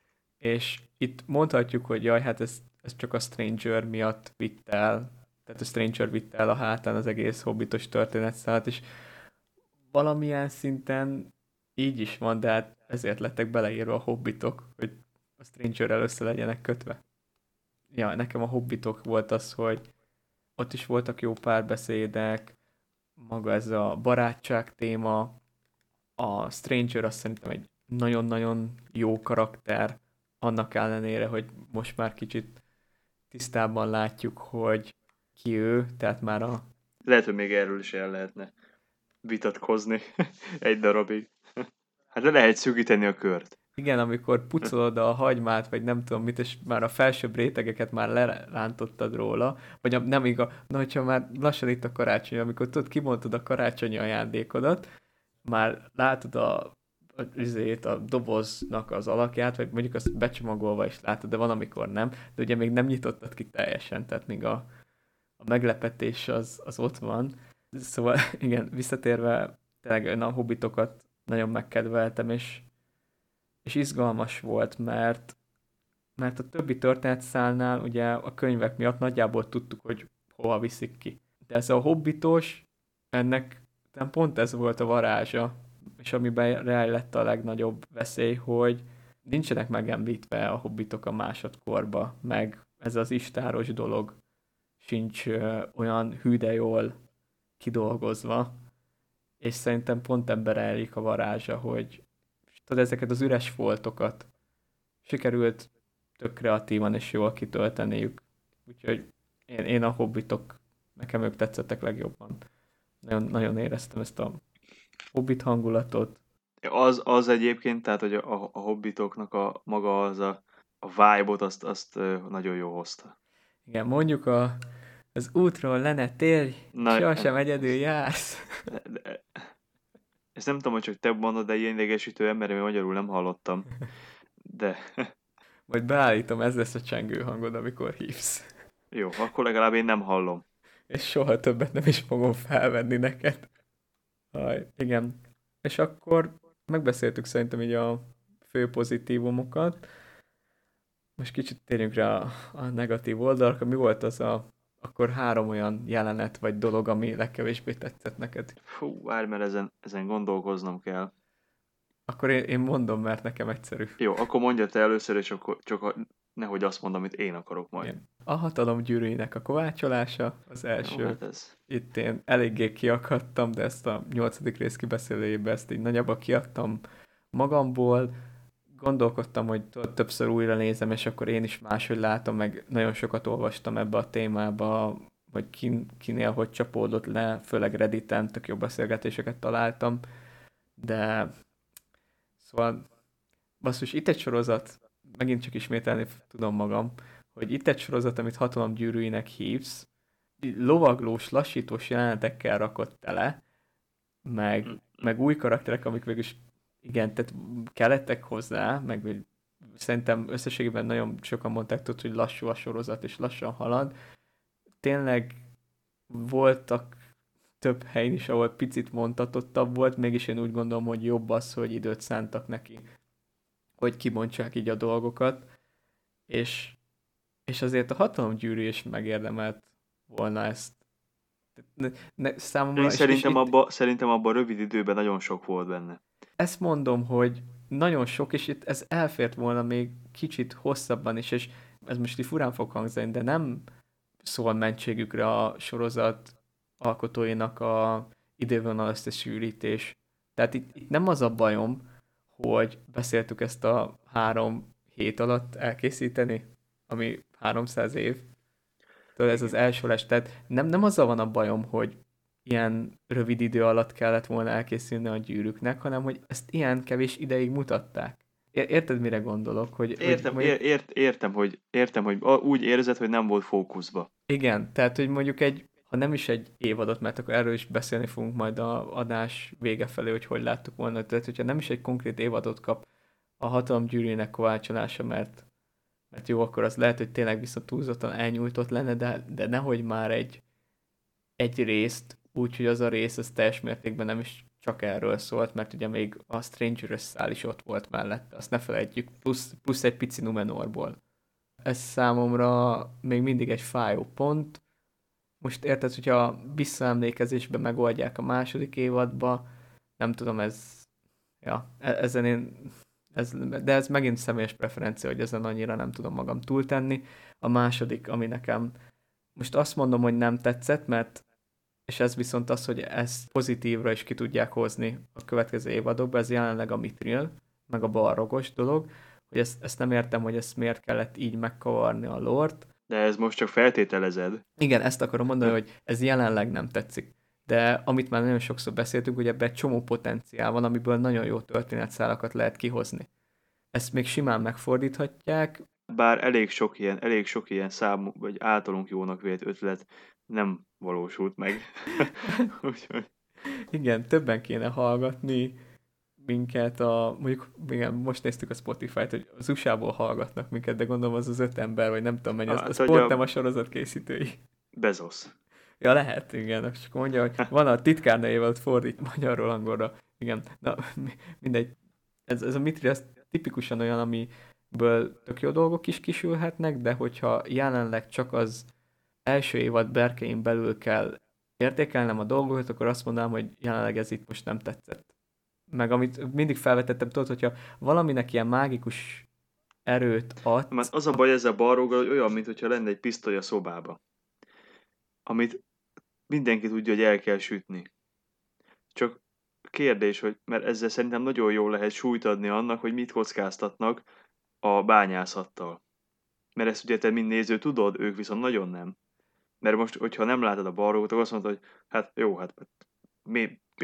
És itt mondhatjuk, hogy jaj, hát ez, ez csak a Stranger miatt vitt el, tehát a Stranger vitt el a hátán az egész hobbitos történetszállat, és valamilyen szinten így is van, de hát ezért lettek beleírva a hobbitok, hogy a Stranger-rel össze legyenek kötve. Ja, nekem a hobbitok volt az, hogy ott is voltak jó párbeszédek, maga ez a barátság téma, a Stranger azt szerintem egy nagyon-nagyon jó karakter, annak ellenére, hogy most már kicsit tisztában látjuk, hogy ki ő, tehát már a... Lehet, hogy még erről is el lehetne vitatkozni egy darabig. Hát le lehet szűkíteni a kört. Igen, amikor pucolod a hagymát, vagy nem tudom mit, és már a felsőbb rétegeket már lerántottad róla, vagy a, nem igaz, na hogyha már lassan itt a karácsony, amikor tudod, kimondtad a karácsonyi ajándékodat, már látod a a, a doboznak az alakját, vagy mondjuk azt becsomagolva is látod, de van, amikor nem, de ugye még nem nyitottad ki teljesen, tehát még a, a meglepetés az, az ott van. Szóval igen, visszatérve, tényleg a hobbitokat nagyon megkedveltem, és, és izgalmas volt, mert, mert a többi történetszálnál ugye a könyvek miatt nagyjából tudtuk, hogy hova viszik ki. De ez a hobbitos, ennek pont ez volt a varázsa, és amiben rejlett a legnagyobb veszély, hogy nincsenek megemlítve a hobbitok a másodkorba, meg ez az istáros dolog sincs ö, olyan hű de jól kidolgozva, és szerintem pont ebben rejlik a varázsa, hogy tudod, ezeket az üres foltokat sikerült tök kreatívan és jól kitölteniük. Úgyhogy én, én a hobbitok, nekem ők tetszettek legjobban. Nagyon, nagyon éreztem ezt a hobbit hangulatot. Az, az egyébként, tehát hogy a, a hobbitoknak a maga az a, a vibe-ot, azt, azt nagyon jó hozta. Igen, mondjuk a, az útról le ne térj, sohasem egyedül jársz. De, de, ezt nem tudom, hogy csak te mondod, de ilyen idegesítő ember, mert magyarul nem hallottam. De... Majd beállítom, ez lesz a csengő hangod, amikor hívsz. Jó, akkor legalább én nem hallom. És soha többet nem is fogom felvenni neked. Aj, igen. És akkor megbeszéltük szerintem így a fő pozitívumokat. Most kicsit térjünk rá a, a negatív oldalakra. Mi volt az a, akkor három olyan jelenet vagy dolog, ami legkevésbé tetszett neked? Fú, várj, mert ezen, ezen gondolkoznom kell. Akkor én, én mondom, mert nekem egyszerű. Jó, akkor mondja te először, és akkor csak a, nehogy azt mondom, amit én akarok majd. Igen. A hatalom gyűrűinek a kovácsolása az első. Jó, hát ez... Itt én eléggé kiakadtam, de ezt a nyolcadik rész kibeszélőjében ezt így nagyjából kiadtam magamból. Gondolkodtam, hogy többször újra nézem, és akkor én is máshogy látom, meg nagyon sokat olvastam ebbe a témába, hogy kin, kinél hogy csapódott le, főleg Redditen tök jó beszélgetéseket találtam, de szóval basszus, itt egy sorozat, megint csak ismételni tudom magam, hogy itt egy sorozat, amit hatalom gyűrűinek hívsz, lovaglós, lassítós jelenetekkel rakott tele, meg, meg új karakterek, amik végülis igen, tehát kellettek hozzá, meg szerintem összességében nagyon sokan mondták, tudod, hogy lassú a sorozat, és lassan halad. Tényleg voltak több helyen is, ahol picit mondtatottabb volt, mégis én úgy gondolom, hogy jobb az, hogy időt szántak neki, hogy kibontsák így a dolgokat, és, és azért a hatalomgyűrű is megérdemelt volna ezt. Ne, ne, számomra, Én és, szerintem, és abba, itt... szerintem abban rövid időben nagyon sok volt benne. Ezt mondom, hogy nagyon sok, és itt ez elfért volna még kicsit hosszabban is, és ez most így furán fog hangzani, de nem szól mentségükre a sorozat alkotóinak a idővonal sűrítés. Tehát itt, itt nem az a bajom, hogy beszéltük ezt a három hét alatt elkészíteni, ami háromszáz év. Től ez az első les. Tehát nem, nem azzal van a bajom, hogy ilyen rövid idő alatt kellett volna elkészülni a gyűrűknek, hanem hogy ezt ilyen kevés ideig mutatták. Érted, mire gondolok? Hogy, Értem, hogy ér, ért, értem, hogy, értem, hogy úgy érzed, hogy nem volt fókuszba. igen, tehát, hogy mondjuk egy, ha nem is egy évadot, mert akkor erről is beszélni fogunk majd a adás vége felé, hogy hogy láttuk volna. Tehát, hogyha nem is egy konkrét évadot kap a hatalom gyűrűjének kovácsolása, mert, mert jó, akkor az lehet, hogy tényleg viszont túlzottan elnyújtott lenne, de, de nehogy már egy, egy részt, úgyhogy az a rész az teljes mértékben nem is csak erről szólt, mert ugye még a Strangerous szál is ott volt mellette, azt ne felejtjük, plusz, plusz egy pici Numenorból. Ez számomra még mindig egy fájó pont. Most érted, hogyha visszaemlékezésbe megoldják a második évadba, nem tudom, ez, ja, e- ezen én, ez, de ez megint személyes preferencia, hogy ezen annyira nem tudom magam túltenni. A második, ami nekem, most azt mondom, hogy nem tetszett, mert és ez viszont az, hogy ezt pozitívra is ki tudják hozni a következő évadokban, ez jelenleg a Mithril, meg a balrogos dolog, hogy ezt, ezt nem értem, hogy ezt miért kellett így megkavarni a lort. De ez most csak feltételezed. Igen, ezt akarom mondani, hogy ez jelenleg nem tetszik. De amit már nagyon sokszor beszéltünk, hogy ebben egy csomó potenciál van, amiből nagyon jó történetszálakat lehet kihozni. Ezt még simán megfordíthatják. Bár elég sok ilyen, elég sok ilyen szám, vagy általunk jónak vélt ötlet nem valósult meg. Úgyhogy... Igen, többen kéne hallgatni minket a, mondjuk, igen, most néztük a Spotify-t, hogy az u es á-ból hallgatnak minket, de gondolom az az öt ember, vagy nem tudom mennyi, az, az Hát, pont a... nem a sorozat készítői. Bezos. Ja, lehet, igen, csak mondja, hogy van a titkárnőjével, ott fordít magyarról angolra. Igen, na mindegy. Ez, ez a Mitri, ez tipikusan olyan, amiből tök jó dolgok is kisülhetnek, de hogyha jelenleg csak az első évad berkein belül kell értékelnem a dolgokat, akkor azt mondanám, hogy jelenleg ez itt most nem tetszett. Meg amit mindig felvetettem, tudod, hogyha valaminek ilyen mágikus erőt ad... Mert az a baj ezzel a balróggal, hogy olyan, mintha lenne egy pisztoly a szobába, amit mindenki tudja, hogy el kell sütni. Csak kérdés, hogy, mert ezzel szerintem nagyon jól lehet súlyt adni annak, hogy mit kockáztatnak a bányászattal. Mert ezt ugye te mind néző tudod, ők viszont nagyon nem. Mert most, hogyha nem látod a balrógot, akkor azt mondod, hogy hát jó, hát mi, jó,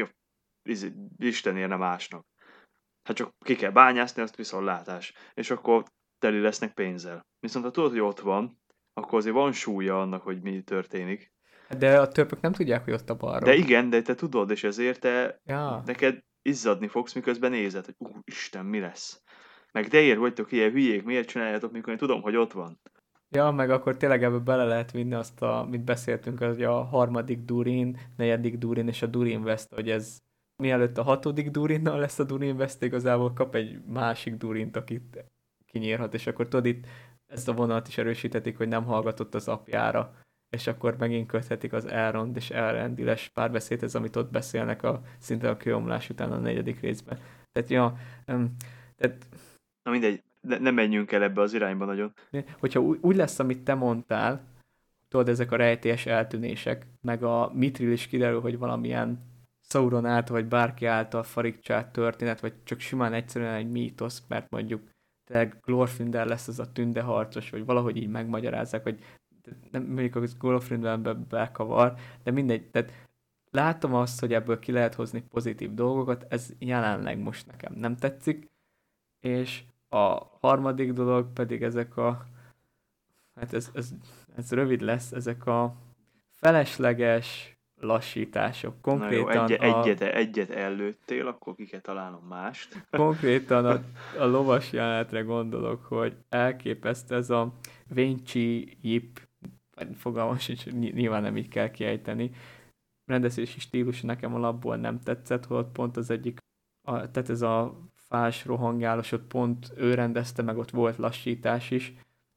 Isten érne másnak. Hát csak ki kell bányászni, azt viszontlátás. És akkor teli lesznek pénzzel. Viszont ha tudod, hogy ott van, akkor azért van súlya annak, hogy mi történik. De a többek nem tudják, hogy ott a balrog. De igen, de te tudod, és ezért te ja. neked izzadni fogsz, miközben nézed, hogy ú, Isten, mi lesz. Meg de ér vagytok ilyen hülyék, miért csináljátok, mikor én tudom, hogy ott van. Ja, meg akkor tényleg ebből bele lehet vinni azt, a, amit beszéltünk, hogy a harmadik Durin, negyedik Durin és a Durin West, hogy ez mielőtt a hatodik Durinnal lesz a Durin West, igazából kap egy másik Durint, akit kinyírhat, és akkor tudod, itt ezt a vonalat is erősíthetik, hogy nem hallgatott az apjára, és akkor megint köthetik az Elrond és Elrendiles párbeszédhez, amit ott beszélnek a, szinte a kőomlás után a negyedik részben. Tehát, ja, um, tehát... Na mindegy, ne, ne menjünk el ebbe az irányba nagyon. Hogyha úgy lesz, amit te mondtál, tudod, ezek a rejtélyes eltűnések, meg a Mithril is kiderül, hogy valamilyen Sauron által, vagy bárki által farigcsált történet, vagy csak simán egyszerűen egy mítosz, mert mondjuk tényleg Glorfindel lesz az a tündeharcos, vagy valahogy így megmagyarázzák, hogy nem mondjuk a Glorfindelbe bekavar, de mindegy, tehát látom azt, hogy ebből ki lehet hozni pozitív dolgokat, ez jelenleg most nekem nem tetszik, és a harmadik dolog pedig ezek a, hát ez, ez, ez rövid lesz, ezek a felesleges lassítások. Konkrétan Na jó, egy, a, egyet, egyet előttél, akkor ki kell találnom mást. Konkrétan a, a lovas jelenetre gondolok, hogy elképesztő ez a Véncsi Jip, fogalmam sincs, nyilván nem így kell kiejteni, rendezési stílus nekem alapból nem tetszett, holott pont az egyik, a, tehát ez a fás rohangálós, ott pont ő rendezte, meg ott volt lassítás is,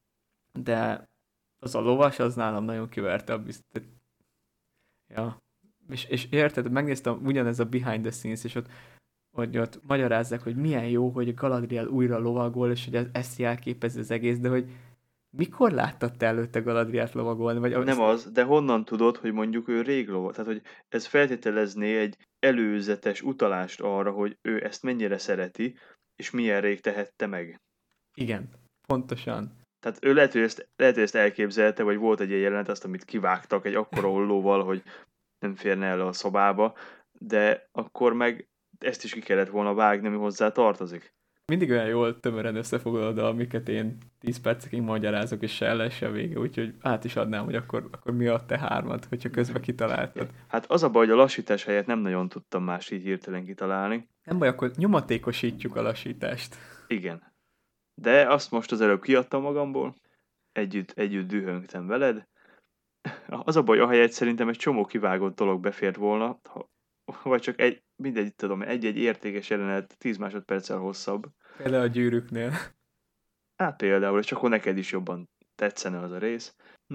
de az a lovas, az nálam nagyon kiverte a biztos. Ja. És, és érted, megnéztem ugyanez a behind the scenes, és ott hogy ott magyarázzák, hogy milyen jó, hogy Galadriel újra lovagol, és hogy ez, ezt jelképezi az egész, de hogy mikor láttad te előtte Galadrielt lovagolni? Vagy Nem azt... az, de honnan tudod, hogy mondjuk ő rég lovag? Tehát, hogy ez feltételezné egy előzetes utalást arra, hogy ő ezt mennyire szereti, és milyen rég tehette meg. Igen, pontosan. Tehát ő lehet, hogy ezt, lehet, hogy ezt elképzelte, vagy volt egy ilyen jelenet, azt, amit kivágtak egy akkora hollóval, hogy nem férne el a szobába, de akkor meg ezt is ki kellett volna vágni, ami hozzá tartozik. Mindig olyan jól tömören összefoglalod, amiket én tíz percekig magyarázok, és se el se a vége, úgyhogy át is adnám, hogy akkor, akkor mi a te hármat, hogyha közben kitaláltad. Hát az a baj, hogy a lassítás helyett nem nagyon tudtam más így hirtelen kitalálni. Nem baj, akkor nyomatékosítjuk a lassítást. Igen. De azt most az előbb kiadtam magamból, együtt, együtt dühöngtem veled. Az a baj, ahelyett szerintem egy csomó kivágott dolog befért volna, ha, vagy csak egy, mindegy, tudom, egy-egy értékes jelenet tíz másodperccel hosszabb. Például a gyűrűknél. Hát például, és akkor neked is jobban tetszene az a rész.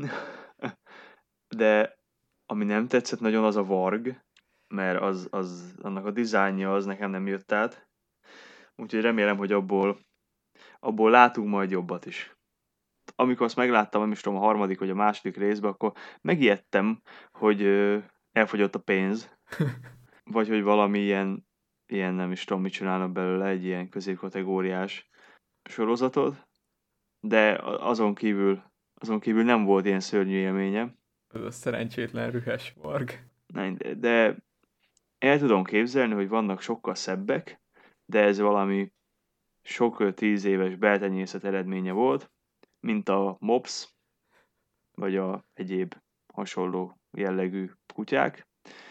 De ami nem tetszett nagyon, az a varg, mert az, az, annak a dizájnja az nekem nem jött át. Úgyhogy remélem, hogy abból, abból látunk majd jobbat is. Amikor azt megláttam, nem is tudom, a harmadik vagy a második részben, akkor megijedtem, hogy ö, elfogyott a pénz, vagy hogy valami ilyen, ilyen nem is tudom, mit csinálnak belőle, egy ilyen középkategóriás sorozatot, de azon kívül, azon kívül nem volt ilyen szörnyű élményem. Az a szerencsétlen rühes varg. Nem, de, de el tudom képzelni, hogy vannak sokkal szebbek, de ez valami sok tíz éves beltenyészet eredménye volt, mint a mops, vagy a egyéb hasonló jellegű kutyák.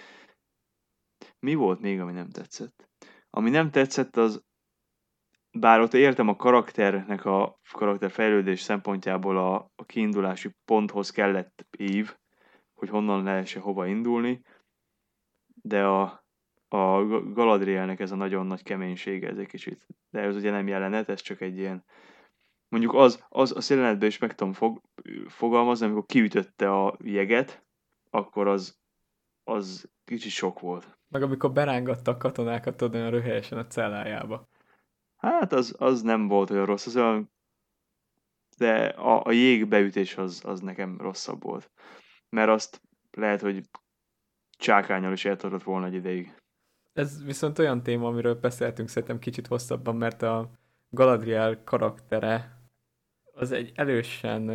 Mi volt még, ami nem tetszett? Ami nem tetszett, az bár ott értem a karakternek a karakterfejlődés szempontjából a, a kiindulási ponthoz kellett ív, hogy honnan lehessen hova indulni, de a, a Galadrielnek ez a nagyon nagy keménysége, ez egy kicsit. De ez ugye nem jelenet, ez csak egy ilyen, mondjuk az, az a jelenetben is meg tudom fog, fogalmazni, amikor kiütötte a jeget, akkor az, az kicsit sok volt. Meg amikor berángatta a katonákat oda olyan röhelyesen a cellájába. Hát az, az nem volt olyan rossz, az olyan, de a, a jégbeütés az, az nekem rosszabb volt. Mert azt lehet, hogy csákánnyal is eltartott volna egy ideig. Ez viszont olyan téma, amiről beszéltünk szerintem kicsit hosszabban, mert a Galadriel karaktere az egy elősen,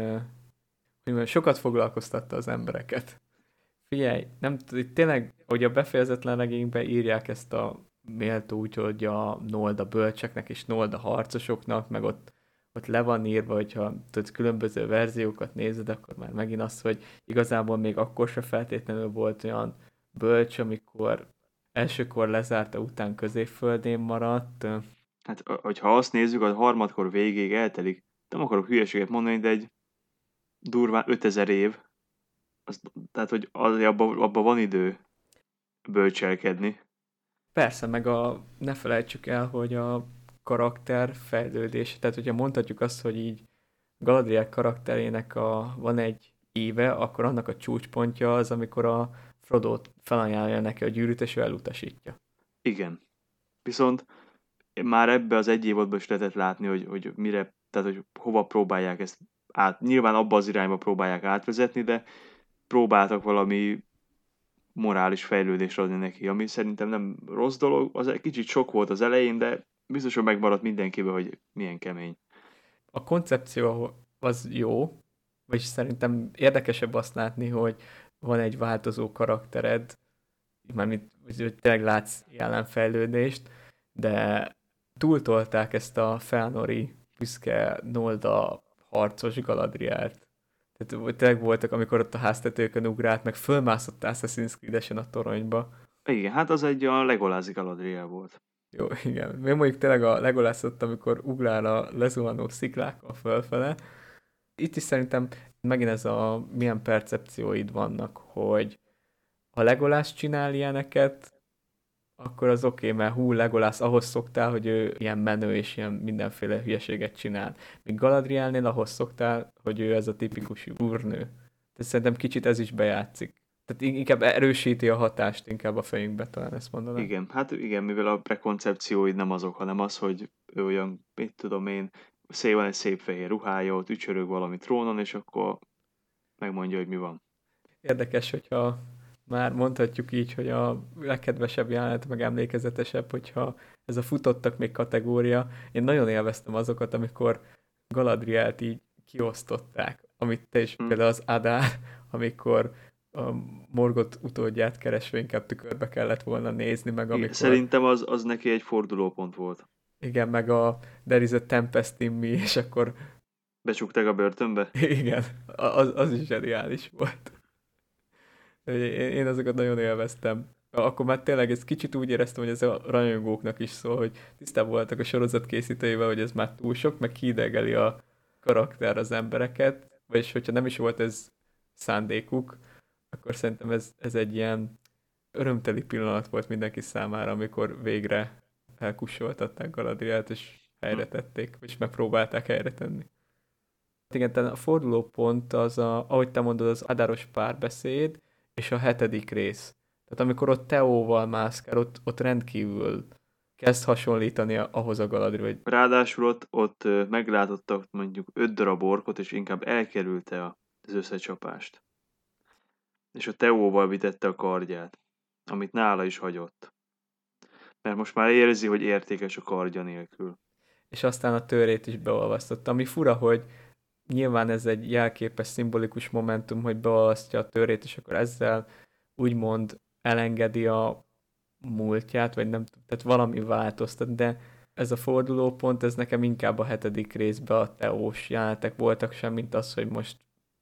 hogy mondjam, sokat foglalkoztatta az embereket. Figyelj, nem tudom, tényleg, hogy a befejezetlen regényben írják ezt a méltó úgy, hogy a Nolda bölcseknek és Nolda harcosoknak, meg ott, ott le van írva, hogyha tudod, különböző verziókat nézed, akkor már megint az, hogy igazából még akkor se feltétlenül volt olyan bölcs, amikor elsőkor lezárta, után középföldén maradt. Hát, hogyha azt nézzük, a harmadkor végéig eltelik, nem akarok hülyeséget mondani, de egy durván ötezer év, az, tehát, hogy abban abba van idő bölcselkedni. Persze, meg a, ne felejtsük el, hogy a karakter fejlődés, tehát hogyha mondhatjuk azt, hogy így Galadriel karakterének a, van egy éve, akkor annak a csúcspontja az, amikor a Frodo felajánlja neki a gyűrűt, és ő elutasítja. Igen. Viszont már ebbe az egy évadban is lehetett látni, hogy, hogy mire, tehát hogy hova próbálják ezt át, nyilván abba az irányba próbálják átvezetni, de próbáltak valami morális fejlődést adni neki, ami szerintem nem rossz dolog, az egy kicsit sok volt az elején, de biztos, hogy megmaradt mindenkiben, hogy milyen kemény. A koncepció az jó, vagyis szerintem érdekesebb azt látni, hogy van egy változó karaktered, mármint, hogy tényleg látsz jelenfejlődést, de túltolták ezt a Fëanori büszke Nolda harcos Galadrielt. Tehát tényleg voltak, amikor ott a háztetőkön ugrált, meg fölmászott Assassin's Creed-esen a toronyba. Igen, hát az egy a Legolázi Galadriel volt. Jó, igen. Még mondjuk tényleg a Legolász ott, amikor ugrál a lezuhanó sziklákkal fölfele. Itt is szerintem megint ez a milyen percepcióid vannak, hogy ha Legolász csinál ilyeneket, akkor az oké, okay, mert hú, Legolász ahhoz szoktál, hogy ő ilyen menő és ilyen mindenféle hülyeséget csinál. Míg Galadrielnél ahhoz szoktál, hogy ő ez a tipikus úrnő. Tehát szerintem kicsit ez is bejátszik. Tehát inkább erősíti a hatást inkább a fejünkbe, talán ezt mondanám. Igen, hát igen, mivel a prekoncepcióid nem azok, hanem az, hogy ő olyan, mit tudom én, szép, van egy szép fehér ruhája, ott ücsörög valami trónon, és akkor megmondja, hogy mi van. Érdekes, hogyha már mondhatjuk így, hogy a legkedvesebb jelenet, meg emlékezetesebb, hogyha ez a futottak még kategória. Én nagyon élveztem azokat, amikor Galadrielt így kiosztották, amit te is, Hm. például az Adár, amikor a Morgoth utódját keresve inkább tükörbe kellett volna nézni, meg amikor... Igen, szerintem az, az neki egy fordulópont volt. Igen, meg a There is a Tempest in me, és akkor... Becsukták a börtönbe? Igen, az, az is zseniális volt. Én, én azokat nagyon élveztem. Akkor már tényleg ez kicsit úgy éreztem, hogy ez a rajongóknak is szól, hogy tisztában voltak a sorozat készítőivel, hogy ez már túl sok, meg kiidegeli a karakter az embereket, vagyis hogyha nem is volt ez szándékuk, akkor szerintem ez, ez egy ilyen örömteli pillanat volt mindenki számára, amikor végre elkussoltatták Galadrielt, és helyre tették, és megpróbálták helyre tenni. Igen, tehát a fordulópont az, a, ahogy te mondod, az Adáros párbeszéd, és a hetedik rész. Tehát amikor ott Teóval mászkál, ott, ott rendkívül kezd hasonlítani ahhoz a Galadriel, hogy... Ráadásul ott, ott meglátottak mondjuk öt darab orkot, és inkább elkerülte az összecsapást. És a Teóval vitette a kardját, amit nála is hagyott. Mert most már érzi, hogy értékes a kardja nélkül. És aztán a törét is beolvasztotta, ami fura, hogy nyilván ez egy jelképes, szimbolikus momentum, hogy beolvasztja a törét, és akkor ezzel úgymond elengedi a múltját, vagy nem tudom, tehát valami változtat, de ez a fordulópont, ez nekem inkább a hetedik részben a teós jelenetek voltak sem, mint az, hogy most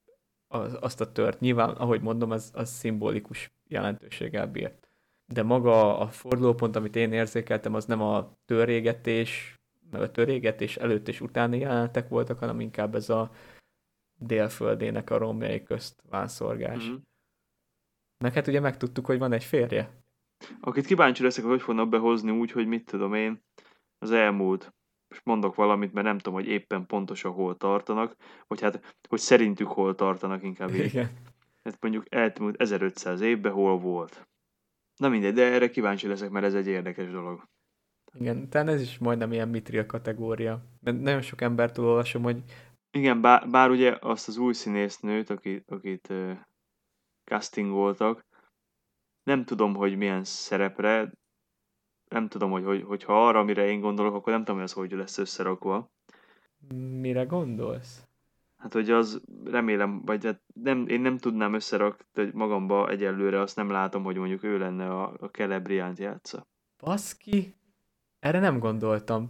az, azt a tört. Nyilván, ahogy mondom, az, az szimbolikus jelentőséggel bírt. De maga a fordulópont, amit én érzékeltem, az nem a törégetés, meg a törégetés előtt és utáni jelenetek voltak, hanem inkább ez a délföldének a romjai közt vánszorgás. Mm-hmm. Meg hát ugye megtudtuk, hogy van egy férje. Akit kíváncsi leszek, hogy hogy fognak behozni úgy, hogy mit tudom én, az elmúlt, most mondok valamit, mert nem tudom, hogy éppen pontosan hol tartanak, vagy hát, hogy szerintük hol tartanak inkább így. Igen. Hát mondjuk elmúlt ezerötszáz évben hol volt. Na mindegy, de erre kíváncsi leszek, mert ez egy érdekes dolog. Igen, talán ez is majdnem ilyen Mithril kategória. Mert nagyon sok embertől olvasom, hogy... Igen, bár, bár ugye azt az új színésznőt, akit, akit uh, castingoltak, nem tudom, hogy milyen szerepre, nem tudom, hogy, hogy hogyha arra, amire én gondolok, akkor nem tudom, hogy az hogy lesz összerakva. Mire gondolsz? Hát, hogy az remélem, vagy hát nem, én nem tudnám összerakni magamba egyelőre, azt nem látom, hogy mondjuk ő lenne a, a Celebriánt játsza. Baszki, erre nem gondoltam.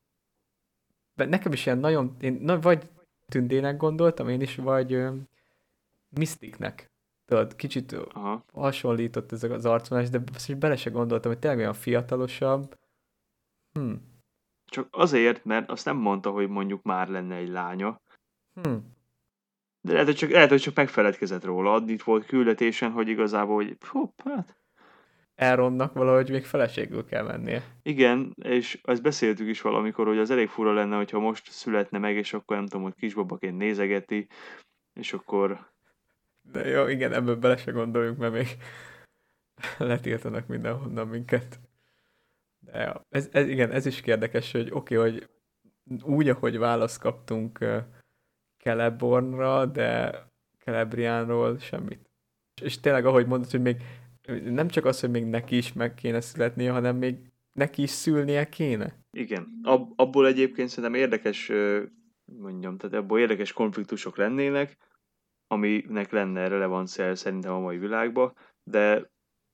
De nekem is ilyen nagyon, én na, vagy Tündének gondoltam én is, vagy ö, Mysticnek. Tudod, kicsit Aha. hasonlított ez az arcvonás, de most bele se gondoltam, hogy tényleg olyan fiatalosabb. Hm. Csak azért, mert azt nem mondta, hogy mondjuk már lenne egy lánya. Hm. De lehet, hogy csak, lehet, hogy csak megfeledkezett róla. Addig volt küldetésen, hogy igazából, hogy hopp, hát... Elrondnak valahogy még feleségül kell mennie. Igen, és ezt beszéltük is valamikor, hogy az elég fura lenne, hogyha most születne meg, és akkor nem tudom, hogy kisbabaként nézegeti, és akkor... De jó, igen, ebből bele se gondoljunk, mert még letiltanak mindenhonnan minket. De ja, ez, ez, igen, ez is érdekes, hogy oké, okay, hogy úgy, ahogy választ kaptunk uh, Celebornra, de Celebriánról semmit. És, és tényleg, ahogy mondod, hogy még nem csak az, hogy még neki is meg kéne születnie, hanem még neki is szülnie kéne. Igen. Ab, abból egyébként szerintem érdekes, mondjam, tehát abból érdekes konfliktusok lennének, aminek lenne relevancia szerintem a mai világban, de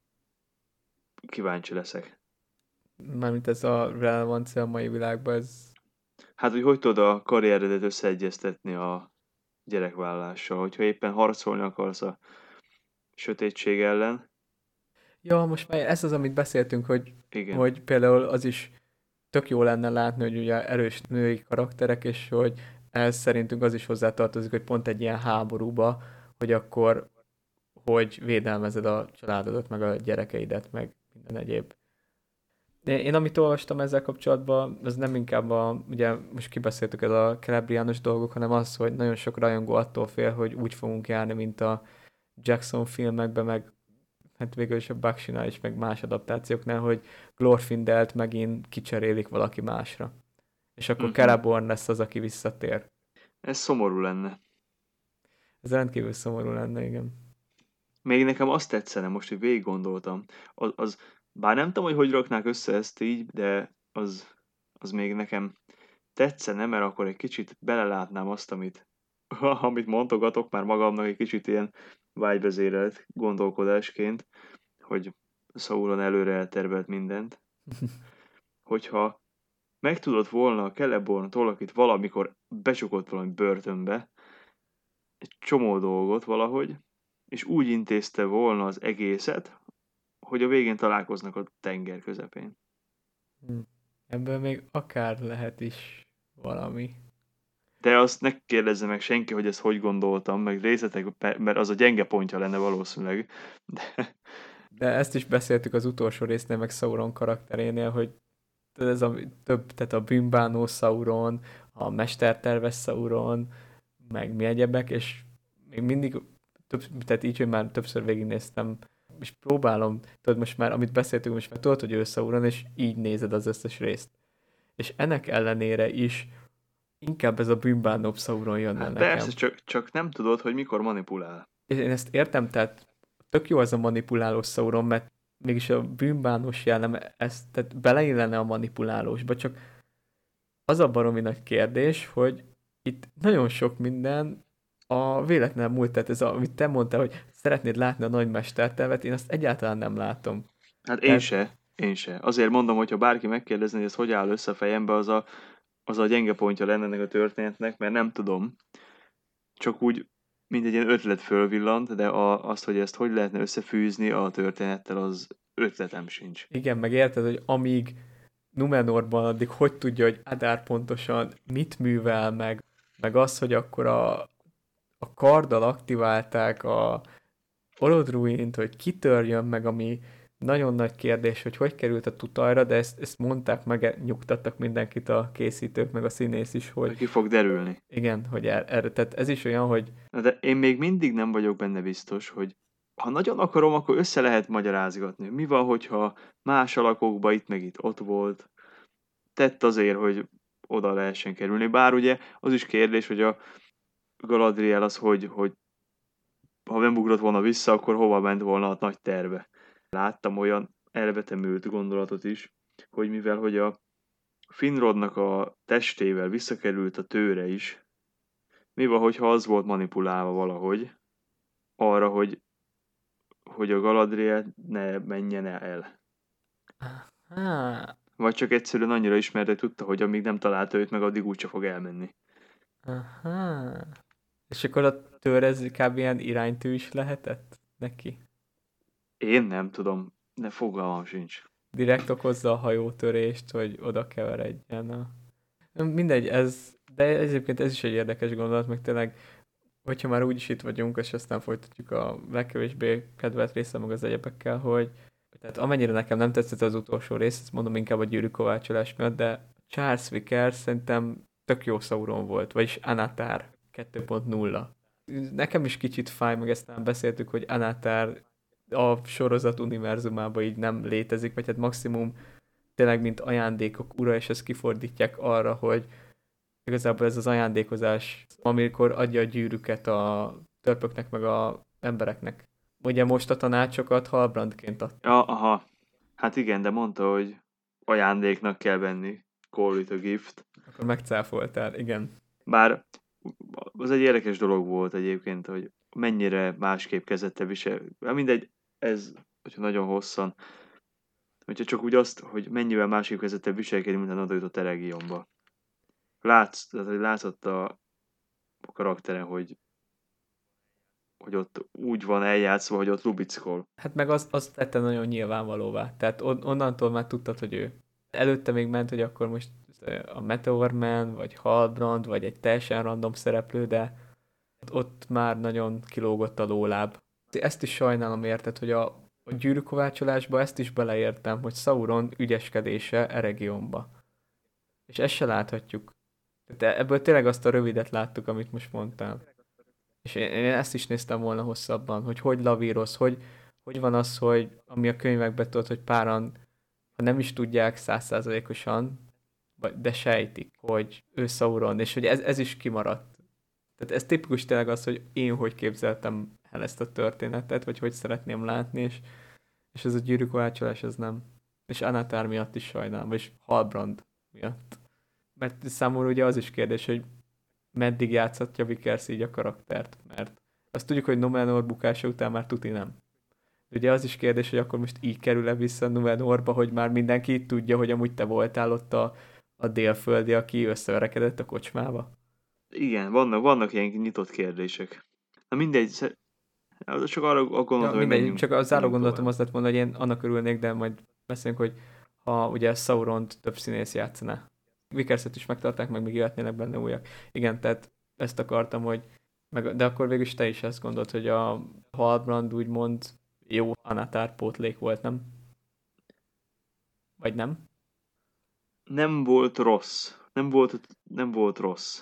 kíváncsi leszek. Mármint ez a relevancia a mai világban, ez... Hát, hogy hogy tudod a karrieredet összeegyeztetni a gyerekvállalással, hogyha éppen harcolni akarsz a sötétség ellen. Ja, most már ez az, amit beszéltünk, hogy, Igen. hogy például az is tök jó lenne látni, hogy ugye erős női karakterek, és hogy ez szerintünk az is hozzátartozik, hogy pont egy ilyen háborúba, hogy akkor hogy védelmezed a családodat, meg a gyerekeidet, meg minden egyéb. De én amit olvastam ezzel kapcsolatban, az nem inkább a, ugye most kibeszéltük ez a Celebriános dolgok, hanem az, hogy nagyon sok rajongó attól fél, hogy úgy fogunk járni, mint a Jackson filmekben, meg hát végül is a Bakshinál is, meg más adaptációknál, hogy Glorfindelt megint kicserélik valaki másra. És akkor Uh-huh. Celeborn lesz az, aki visszatér. Ez szomorú lenne. Ez rendkívül szomorú lenne, igen. Még nekem azt tetszene, most, hogy végig gondoltam, az, az, bár nem tudom, hogy hogy raknák össze ezt így, de az, az még nekem tetszene, mert akkor egy kicsit belelátnám azt, amit, amit mondogatok már magamnak egy kicsit ilyen vágyvezérelt gondolkodásként, hogy Sauron előre eltervelt mindent. Hogyha megtudott volna a Celeborn-tól, akit valamikor becsukott valami börtönbe, egy csomó dolgot valahogy, és úgy intézte volna az egészet, hogy a végén találkoznak a tenger közepén. Hm. Ebből még akár lehet is valami. De azt ne kérdezze meg senki, hogy ezt hogy gondoltam, meg részletek, mert az a gyenge pontja lenne valószínűleg. De, De ezt is beszéltük az utolsó résznél, meg Sauron karakterénél, hogy ez a több, tehát a bűnbánó Sauron, a mesterterves Sauron, meg mi egyebek, és még mindig, több, tehát így, hogy már többször végignéztem, és próbálom, tudod, most már, amit beszéltünk, most már tudod, hogy ő Sauron, és így nézed az összes részt. És ennek ellenére is inkább ez a bűnbánóbb Sauron jön hát nekem. persze, csak, csak nem tudod, hogy mikor manipulál. És én ezt értem, tehát tök jó ez a manipulálós Sauron, mert mégis a bűnbánós jellem, ez, tehát beleillene a manipulálósba, csak az a baromi nagy kérdés, hogy itt nagyon sok minden a véletlen múlt, tehát ez a, amit te mondtál, hogy szeretnéd látni a nagy mestertervet, én azt egyáltalán nem látom. Hát én Tehát- se, én se. Azért mondom, hogyha bárki megkérdezni, hogy ez hogy áll össze a fejembe, az a, az a gyenge pontja lenne ennek a történetnek, mert nem tudom. Csak úgy, mint egy ilyen ötlet fölvillant, de a, azt, hogy ezt hogy lehetne összefűzni a történettel, az ötletem sincs. Igen, meg érted, hogy amíg Numenorban addig hogy tudja, hogy Adár pontosan mit művel, meg, meg az, hogy akkor a, a karddal aktiválták a Orodruint, hogy kitörjön meg, ami nagyon nagy kérdés, hogy hogy került a tutajra, de ezt, ezt mondták, meg nyugtattak mindenkit a készítők, meg a színész is, hogy Ki fog derülni. igen, hogy er, erre, tehát ez is olyan, hogy Na de én még mindig nem vagyok benne biztos, hogy ha nagyon akarom, akkor össze lehet magyarázgatni. Mi van, hogyha más alakokban itt meg itt ott volt, tett azért, hogy oda lehessen kerülni. Bár ugye az is kérdés, hogy a Galadriel az, hogy, hogy ha nem ugrott volna vissza, akkor hova ment volna a nagy terve. Láttam olyan elvetemült gondolatot is, hogy mivel hogy a Finrodnak a testével visszakerült a tőre is, mi van, hogyha az volt manipulálva valahogy, arra, hogy, hogy a Galadriel ne menjen el. Há, Vagy csak egyszerűen annyira ismerte, tudta, hogy amíg nem találta őt meg, addig úgyse fog elmenni. aha. És akkor a tőr ez kb. Ilyen iránytű is lehetett neki? Én nem tudom, de fogalmam sincs. Direkt okozza a hajótörést, hogy oda keveredjen a... Mindegy, ez, de egyébként ez is egy érdekes gondolat, meg tényleg, hogyha már úgyis itt vagyunk, és aztán folytatjuk a legkevésbé kedvelt része meg az egyebekkel, hogy tehát amennyire nekem nem tetszett az utolsó rész, ezt mondom inkább a gyűrűkovácsolás miatt, de Charles Vickers szerintem tök jó Sauron volt, vagyis Anatar kettő pont nulla. Nekem is kicsit fáj, meg ezt nem beszéltük, hogy Anatar a sorozat univerzumában így nem létezik, vagy hát maximum tényleg mint ajándékok ura, és ezt kifordítják arra, hogy igazából ez az ajándékozás, amikor adja a gyűrűket a törpöknek, meg a embereknek. Ugye most a tanácsokat Halbrandként ad. Ja, aha. Hát igen, de mondta, hogy ajándéknak kell venni. Call it a gift. Akkor megcáfoltál, igen. Bár az egy érdekes dolog volt egyébként, hogy mennyire másképp kezdette visel. Mindegy, ez, hogyha nagyon hosszan, hogyha csak úgy azt, hogy mennyivel másképp kezdette viselkedni, mint oda jutott Eregionba. Látsz, tehát, hogy látszott a, a karaktere, hogy hogy ott úgy van eljátszva, hogy ott lubickol. Hát meg azt, azt tette nagyon nyilvánvalóvá. Tehát on, onnantól már tudtad, hogy ő. Előtte még ment, hogy akkor most a Meteor Man, vagy Halbrand, vagy egy teljesen random szereplő, de ott már nagyon kilógott a lóláb. Ezt is sajnálom, érted, hogy a, a gyűrűkovácsolásba ezt is beleértem, hogy Sauron ügyeskedése Eregionba. És ezt se láthatjuk. De ebből tényleg azt a rövidet láttuk, amit most mondtál. És én, én ezt is néztem volna hosszabban, hogy hogy lavíroz, hogy, hogy van az, hogy ami a könyvekben tudod, hogy páran, ha nem is tudják százszázalékosan, de sejtik, hogy ő Sauron, és hogy ez, ez is kimaradt. Tehát ez tipikus tényleg az, hogy én hogy képzeltem el ezt a történetet, vagy hogy szeretném látni, és, és ez a gyűrűk kovácsolás, ez nem. És Anatár miatt is sajnálom, és Halbrand miatt. Mert számomra ugye az is kérdés, hogy meddig játszhatja Vickers így a karaktert, mert azt tudjuk, hogy Numenor bukása után már tuti nem. Ugye az is kérdés, hogy akkor most így kerül-e vissza Numenorba, hogy már mindenki tudja, hogy amúgy te voltál ott a, a délföldi, aki összeverekedett a kocsmába. Igen, vannak, vannak ilyen nyitott kérdések. Na mindegy, sze- csak arra gondoltam, Ja, hogy mindegy, menjünk. csak az záró menjünk gondolatom tovább. az lett volna, hogy én annak örülnék, de majd beszélünk, hogy ha ugye Sauront több színész játszaná. Vickerset is megtarták, meg még jöhetnének benne újak. Igen, tehát ezt akartam, hogy meg, de akkor végül is te is ezt gondolt, hogy a Halbrand úgymond jó Anatár pótlék volt, nem? Vagy nem? Nem volt rossz. Nem volt, nem volt rossz.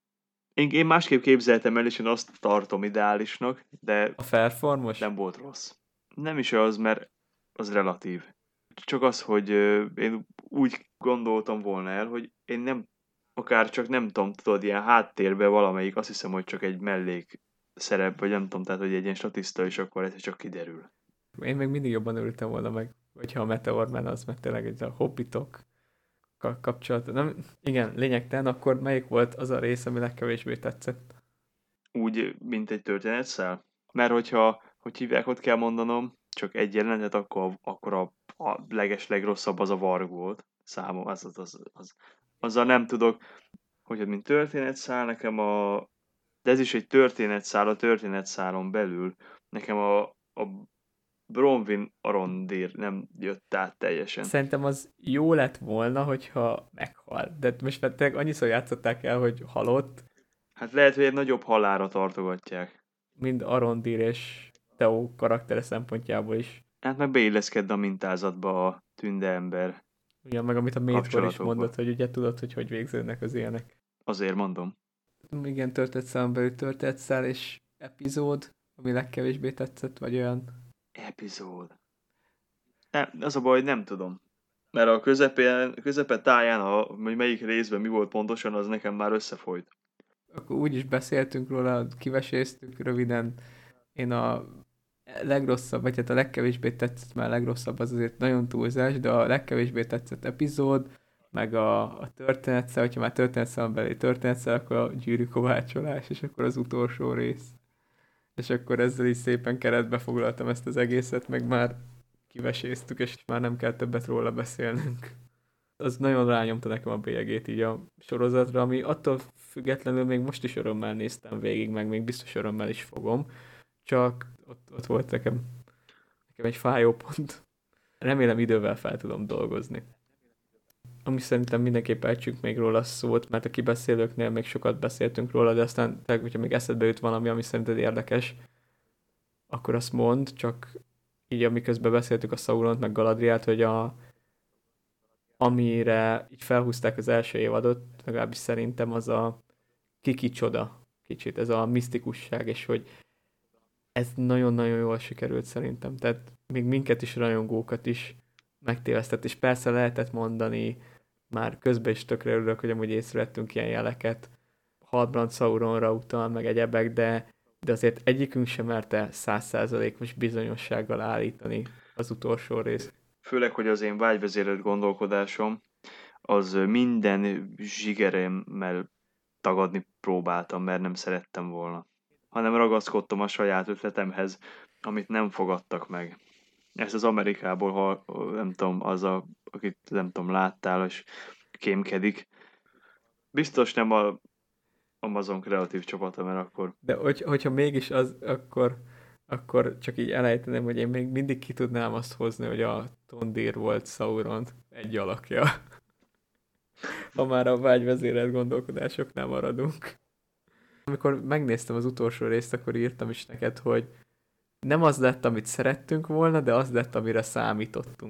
Én, én másképp képzeltem el, és én azt tartom ideálisnak, de A Fairformos? nem volt rossz. Nem is az, mert az relatív. Csak az, hogy ö, én úgy gondoltam volna el, hogy én nem, akár csak nem tudom, tudod, ilyen háttérben valamelyik, azt hiszem, hogy csak egy mellék szerep, vagy nem tudom, tehát, hogy egy ilyen statiszta, és akkor ez csak kiderül. Én még mindig jobban örültem volna meg, hogyha a Meteor Man az, mert tényleg egy a hobbitok kapcsolat. Nem, igen, lényegtelen, akkor melyik volt az a rész, ami legkevésbé tetszett? Úgy, mint egy történetszál. Mert hogyha, hogy hívják, ott kell mondanom, csak egy jelenet, akkor, akkor a, a leges legrosszabb az a Varg volt. Számom, az, az, az, az, azzal nem tudok, hogy mint történetszál, nekem a... De ez is egy történetszál, a történetszálon belül. Nekem a, a Bronwyn Arondir nem jött át teljesen. Szerintem az jó lett volna, hogyha meghal. De most már tényleg annyiszor játszották el, hogy halott, Hát lehet, hogy egy nagyobb halálra tartogatják. mind Arondir és Theo karaktere szempontjából is. Hát meg beilleszked a mintázatba a tünde ember. Ugyan meg amit a Métkor is Kapcsolatokba. mondott, hogy ugye tudod, hogy hogy végződnek az ilyenek. Azért mondom. Igen, történetszálon belül történetszál és epizód, ami legkevésbé tetszett, vagy olyan. Epizód. Nem, az a baj, hogy nem tudom. Mert a közepén, közepe táján, a, hogy melyik részben mi volt pontosan, az nekem már összefolyt. Akkor úgy is beszéltünk róla, kiveséztük röviden. Én a legrosszabb, vagy hát a legkevésbé tetszett, mert a legrosszabb az azért nagyon túlzás, de a legkevésbé tetszett epizód, meg a, a történetszel, hogyha már történetszel belé történetszel, akkor a gyűrű kovácsolás, és akkor az utolsó rész. És akkor ezzel is szépen keretbe foglaltam ezt az egészet, meg már kiveséztük, és már nem kell többet róla beszélnünk. Az nagyon rányomta nekem a bélyegét így a sorozatra, ami attól függetlenül még most is örömmel néztem végig, meg még biztos örömmel is fogom, csak ott, ott volt nekem, nekem egy fájó pont. Remélem idővel fel tudom dolgozni. Ami szerintem mindenképp ejtsünk még róla szót, mert a kibeszélőknél még sokat beszéltünk róla, de aztán, hogyha még eszedbe jut valami, ami szerinted érdekes, akkor azt mondd, csak így amiközben beszéltük a Sauront, meg Galadrielt, hogy a, amire így felhúzták az első évadot, legalábbis szerintem az a kiki csoda kicsit, ez a misztikusság, és hogy ez nagyon-nagyon jól sikerült szerintem, tehát még minket is, rajongókat is megtévesztett, és persze lehetett mondani, már közben is tökre örülök, hogy amúgy észrevettünk ilyen jeleket, Halbrand Sauronra utal, meg egyebek, de, de azért egyikünk sem merte száz százalékos bizonyossággal állítani az utolsó részt. Főleg, hogy az én vágyvezérelt gondolkodásom, az minden zsigeremmel tagadni próbáltam, mert nem szerettem volna. Hanem ragaszkodtam a saját ötletemhez, amit nem fogadtak meg. Ezt az Amerikából, ha nem tudom, az a, akit nem tudom, láttál, és kémkedik. Biztos nem a Amazon kreatív csapata, mert akkor... De hogy, hogyha mégis az, akkor, akkor csak így elejteném, hogy én még mindig ki tudnám azt hozni, hogy a Tondir volt Sauron egy alakja. Ha már a vágyvezérelt gondolkodásoknál maradunk. Amikor megnéztem az utolsó részt, akkor írtam is neked, hogy nem az lett, amit szerettünk volna, de az lett, amire számítottunk.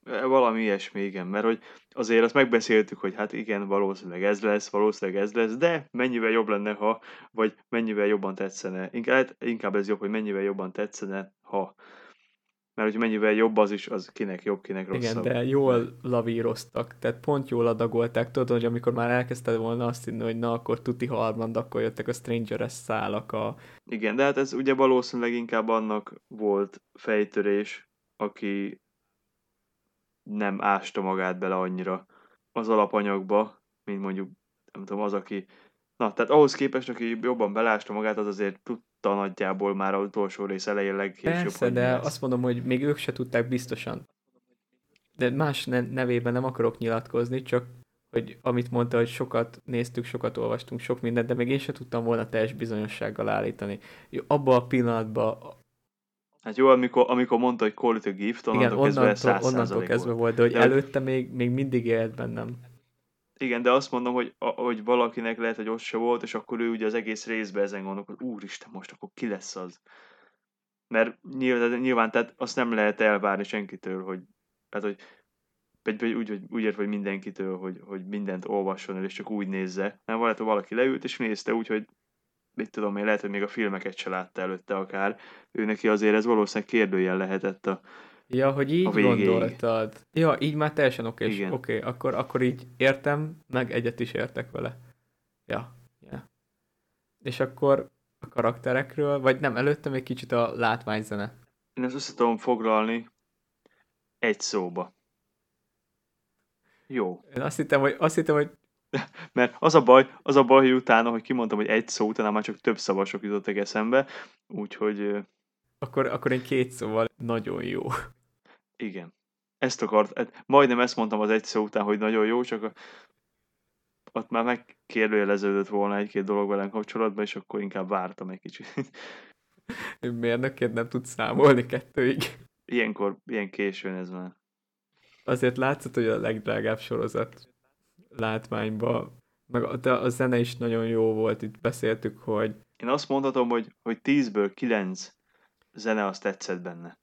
Valami ilyesmi, igen, mert hogy azért azt megbeszéltük, hogy hát igen, valószínűleg ez lesz, valószínűleg ez lesz, de mennyivel jobb lenne, ha, vagy mennyivel jobban tetszene. Inkább, inkább ez jobb, hogy mennyivel jobban tetszene, ha. Mert hogy mennyivel jobb az is, az kinek jobb, kinek Igen, rosszabb. de jól lavíroztak, tehát pont jól adagolták. Tudod, hogy amikor már elkezdted volna azt hinni, hogy na, akkor tuti harmad, akkor jöttek a Stranger-es szálak. A... Igen, de hát ez ugye valószínűleg inkább annak volt fejtörés, aki nem ásta magát bele annyira az alapanyagba, mint mondjuk, nem tudom, az, aki... Na, tehát ahhoz képest, aki jobban belásta magát, az azért tudta nagyjából már az utolsó rész elején legkésőbb, Persze, hogy mi de lesz. azt mondom, hogy még ők se tudták biztosan. De más ne- nevében nem akarok nyilatkozni, csak hogy amit mondta, hogy sokat néztük, sokat olvastunk, sok mindent, de még én se tudtam volna teljes bizonyossággal állítani. Abban a pillanatban, Hát jó, amikor, amikor mondta, hogy call it a gift, onnantól igen, kezdve onnantól, száz onnantól százalék kezdve volt. volt, de hogy De hogy- előtte még, még mindig élt bennem. Igen, de azt mondom, hogy, a- hogy valakinek lehet, hogy ott se volt, és akkor ő ugye az egész részben ezen gondolkod, úristen, most akkor ki lesz az? Mert nyilván, nyilván tehát azt nem lehet elvárni senkitől, hogy, hát, hogy vagy, vagy úgy, hogy, úgy ért, hogy mindenkitől, hogy, hogy mindent olvasson el, és csak úgy nézze. Nem lehet, hogy valaki leült, és nézte úgy, hogy mit tudom én, lehet, hogy még a filmeket se látta előtte akár. Ő neki azért ez valószínűleg kérdőjel lehetett a, Ja, hogy a így végéig. gondoltad. Ja, így már teljesen oké, Igen. oké, akkor, akkor így értem, meg egyet is értek vele. Ja, ja. És akkor a karakterekről, vagy nem, előtte még kicsit a látványzene. Én ezt össze tudom foglalni egy szóba. Jó. Én azt hittem, hogy, azt hittem, hogy Mert az a baj, az a baj, hogy utána, hogy kimondtam, hogy egy szó, utána már csak több szavasok jutottak eszembe, úgyhogy ö, akkor, akkor én két szóval nagyon jó. igen. Ezt akart, hát majdnem ezt mondtam az egy szó után, hogy nagyon jó, csak a, ott már megkérdőjeleződött volna egy-két dolog velem kapcsolatban, és akkor inkább vártam egy kicsit. Mérnökként nem tud számolni kettőig. Ilyenkor, ilyen későn ez már. Azért látszott, hogy a legdrágább sorozat látványban, meg a, de a zene is nagyon jó volt, itt beszéltük, hogy Én azt mondhatom, hogy, hogy tízből kilenc zene azt tetszett benne.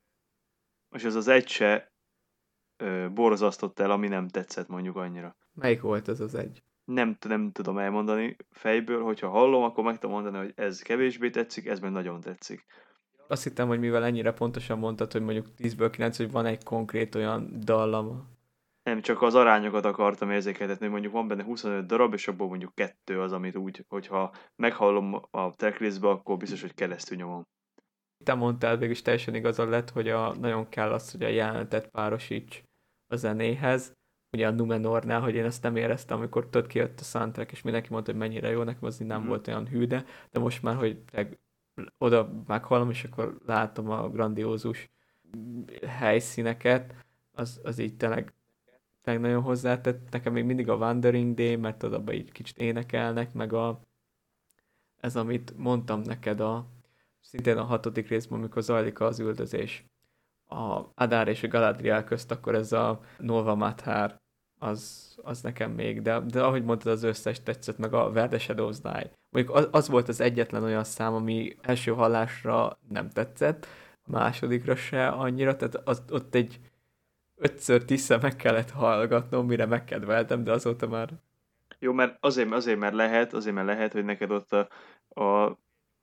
És ez az egy se ö, borzasztott el, ami nem tetszett mondjuk annyira. melyik volt ez az egy? Nem, nem tudom elmondani fejből, hogyha hallom, akkor meg tudom mondani, hogy ez kevésbé tetszik, ez meg nagyon tetszik. Azt hittem, hogy mivel ennyire pontosan mondtad, hogy mondjuk tízből kilenc, hogy van egy konkrét olyan dallama. Nem, csak az arányokat akartam érzékeltetni, hogy mondjuk van benne huszonöt darab, és abból mondjuk kettő az, amit úgy, hogyha meghallom a tracklistbe, akkor biztos, hogy keresztül nyomom. Te mondtál, végülis teljesen igazad lett, hogy a, nagyon kell az, hogy a jelenetet párosíts a zenéhez. Ugye a Numenornál, hogy én ezt nem éreztem, amikor tudod kijött a soundtrack, és mindenki mondta, hogy mennyire jó, nekem az így nem Mhm. volt olyan hűde, de most már, hogy teg, oda meghallom, és akkor látom a grandiózus helyszíneket, az, az így tényleg, tényleg nagyon hozzátett. Nekem még mindig a Wandering Day, mert oda abban így kicsit énekelnek, meg a, ez, amit mondtam neked a szintén a hatodik részben, amikor zajlik az üldözés a Adár és a Galadriel közt, akkor ez a Nova Mathár, az, az nekem még, de, de ahogy mondtad, az összes tetszett, meg a Where the Shadows Die. Mondjuk az, az volt az egyetlen olyan szám, ami első hallásra nem tetszett, másodikra se annyira, tehát az, ott egy ötször, tízszer meg kellett hallgatnom, mire megkedveltem, de azóta már Jó, mert azért, azért mert lehet, azért mert lehet, hogy neked ott a, a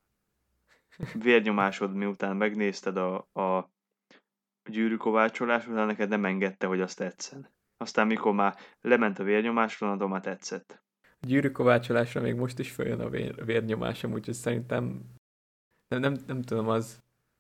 vérnyomásod, miután megnézted a, a gyűrűkovácsolás, utána neked nem engedte, hogy azt tetszen. Aztán mikor már lement a vérnyomás, onnantól már tetszett. a gyűrűkovácsolásra még most is följön a vér, vérnyomásom, úgyhogy szerintem nem, nem, nem tudom, az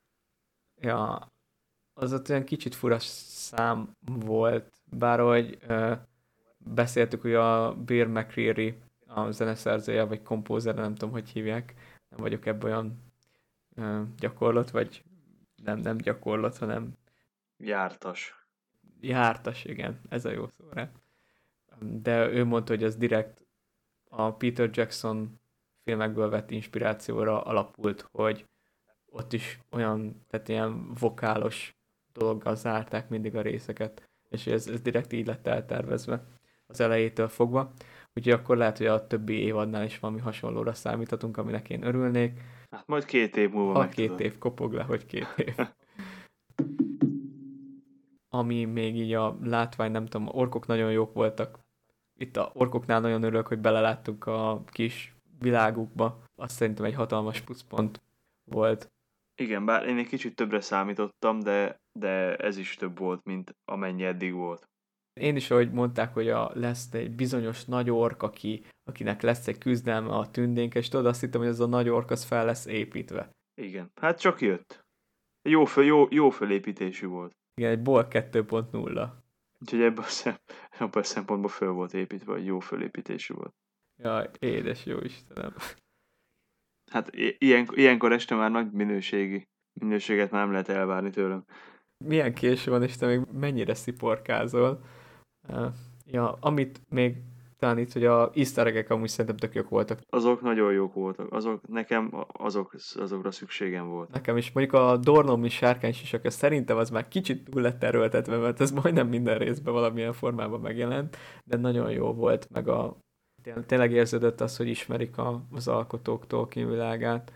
ja, az ott olyan kicsit fura szám volt, bár ahogy ö, beszéltük, hogy a Bear McCreary a zeneszerzője, vagy kompózere, nem tudom, hogy hívják, nem vagyok ebben olyan ö, gyakorlat, vagy nem, nem gyakorlat, hanem Jártas. jártas, igen, ez a jó szó rá. De ő mondta, hogy az direkt a Peter Jackson filmekből vett inspirációra alapult, hogy ott is olyan, tehát ilyen vokálos dologgal zárták mindig a részeket, és ez, ez direkt így lett eltervezve az elejétől fogva. Úgyhogy akkor lehet, hogy a többi évadnál is valami hasonlóra számíthatunk, aminek én örülnék. Hát majd két év múlva Ha megtudod. két év kopog le, hogy két év. ami még így a látvány, nem tudom, orkok nagyon jók voltak. Itt a orkoknál nagyon örülök, hogy beleláttunk a kis világukba. Azt szerintem egy hatalmas pluszpont volt. Igen, bár én egy kicsit többre számítottam, de, de ez is több volt, mint amennyi eddig volt. Én is, ahogy mondták, hogy a, lesz egy bizonyos nagy ork, aki, akinek lesz egy küzdelme a tündénk, és tudod, azt hittem, hogy ez a nagy ork az fel lesz építve. Igen, hát csak jött. Jó, föl, jó, jó fölépítésű volt. Igen, egy Bolk kettő pont nulla. Úgyhogy ebből a, szem, ebből a szempontból föl volt építve, hogy jó fölépítésű volt. Jaj, édes jó Istenem. Hát ilyen, ilyenkor este már nagy minőségi minőséget már nem lehet elvárni tőlem. Milyen késő van, és te még mennyire sziporkázol. Uh, ja, amit még talán itt, hogy a easter egg-ek amúgy szerintem tök jók voltak. Azok nagyon jók voltak. Azok, nekem azok, azokra szükségem volt. Nekem is mondjuk a Dornomi sárkánysisak, szerintem az már kicsit túl lett erőltetve, mert ez majdnem minden részben valamilyen formában megjelent, de nagyon jó volt, meg a tényleg érződött az, hogy ismerik a, az alkotók Tolkien világát.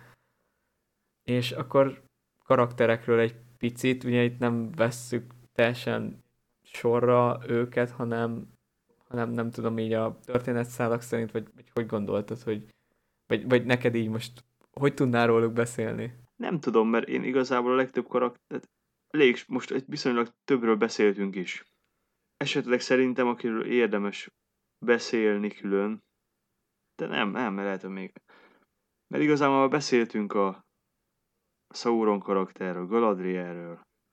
És akkor karakterekről egy picit, ugye itt nem vesszük teljesen sorra őket, hanem, hanem nem tudom így a történetszálak szerint, vagy, vagy hogy gondoltad, hogy vagy, vagy neked így most hogy tudnál róluk beszélni? Nem tudom, mert én igazából a legtöbb karakter, elég, most egy viszonylag többről beszéltünk is. Esetleg szerintem, akiről érdemes beszélni külön, de nem, nem, mert lehet, hogy még. Mert igazából beszéltünk a Sauron karakterről, Galadrielről,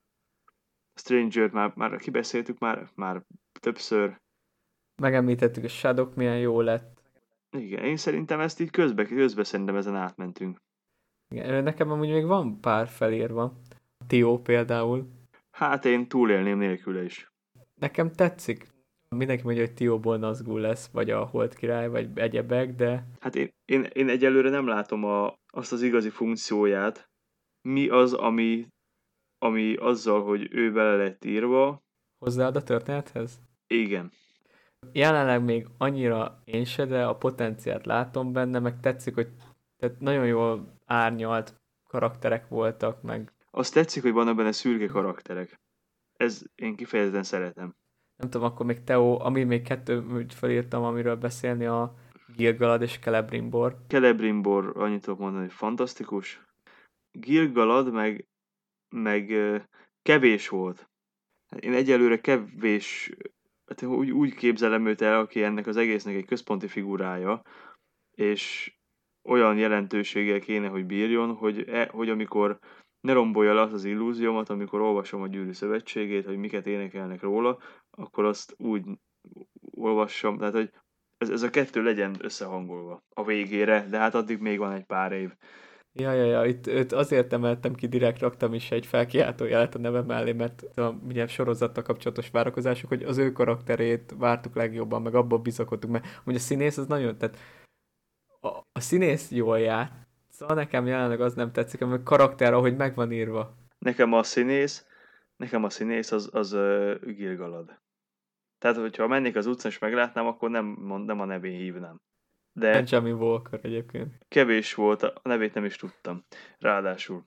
a Stranger-t már, már kibeszéltük már, már többször. Megemlítettük, a Shadow milyen jó lett. Igen, én szerintem ezt így közbe, közbe szerintem ezen átmentünk. Igen, nekem amúgy még van pár felírva. Tio például. Hát én túlélném nélküle is. Nekem tetszik. Mindenki mondja, hogy Tioból Nazgûl lesz, vagy a Holt király, vagy egyebek, de... Hát én, én, én egyelőre nem látom a, azt az igazi funkcióját. Mi az, ami, ami azzal, hogy ő bele lett írva. Hozzáad a történethez? Igen. Jelenleg még annyira én se, de a potenciált látom benne, meg tetszik, hogy tehát nagyon jól árnyalt karakterek voltak, meg... Azt tetszik, hogy vannak benne szürke karakterek. Ez én kifejezetten szeretem. Nem tudom, akkor még Teo, ami még kettő felírtam, amiről beszélni, a Gil-galad és Celebrimbor. Celebrimbor, annyit tudok mondani, hogy fantasztikus. Gil-galad meg, meg kevés volt. Én egyelőre kevés, hát úgy, úgy képzelem őt el, aki ennek az egésznek egy központi figurája, és olyan jelentőséggel kéne, hogy bírjon, hogy, e, hogy amikor ne rombolja le azt az illúziómat, amikor olvasom a Gyűrű Szövetségét, hogy miket énekelnek róla, akkor azt úgy olvassam, tehát hogy ez, ez a kettő legyen összehangolva a végére, de hát addig még van egy pár év. Ja, ja, ja, itt, itt azért emeltem ki, direkt raktam is egy felkiáltó jelet a neve mellé, mert a ugye, sorozattal kapcsolatos várakozások, hogy az ő karakterét vártuk legjobban, meg abban bizakodtunk, mert ugye a színész az nagyon, tehát a, a színész jól jár, szóval nekem jelenleg az nem tetszik, hanem a karakter, ahogy meg van írva. Nekem a színész, nekem a színész az, az uh, Gil-galad. Tehát, hogyha mennék az utcán és meglátnám, akkor nem, nem a nevén hívnám. De Benjamin Walker egyébként. kevés volt, a nevét nem is tudtam. Ráadásul.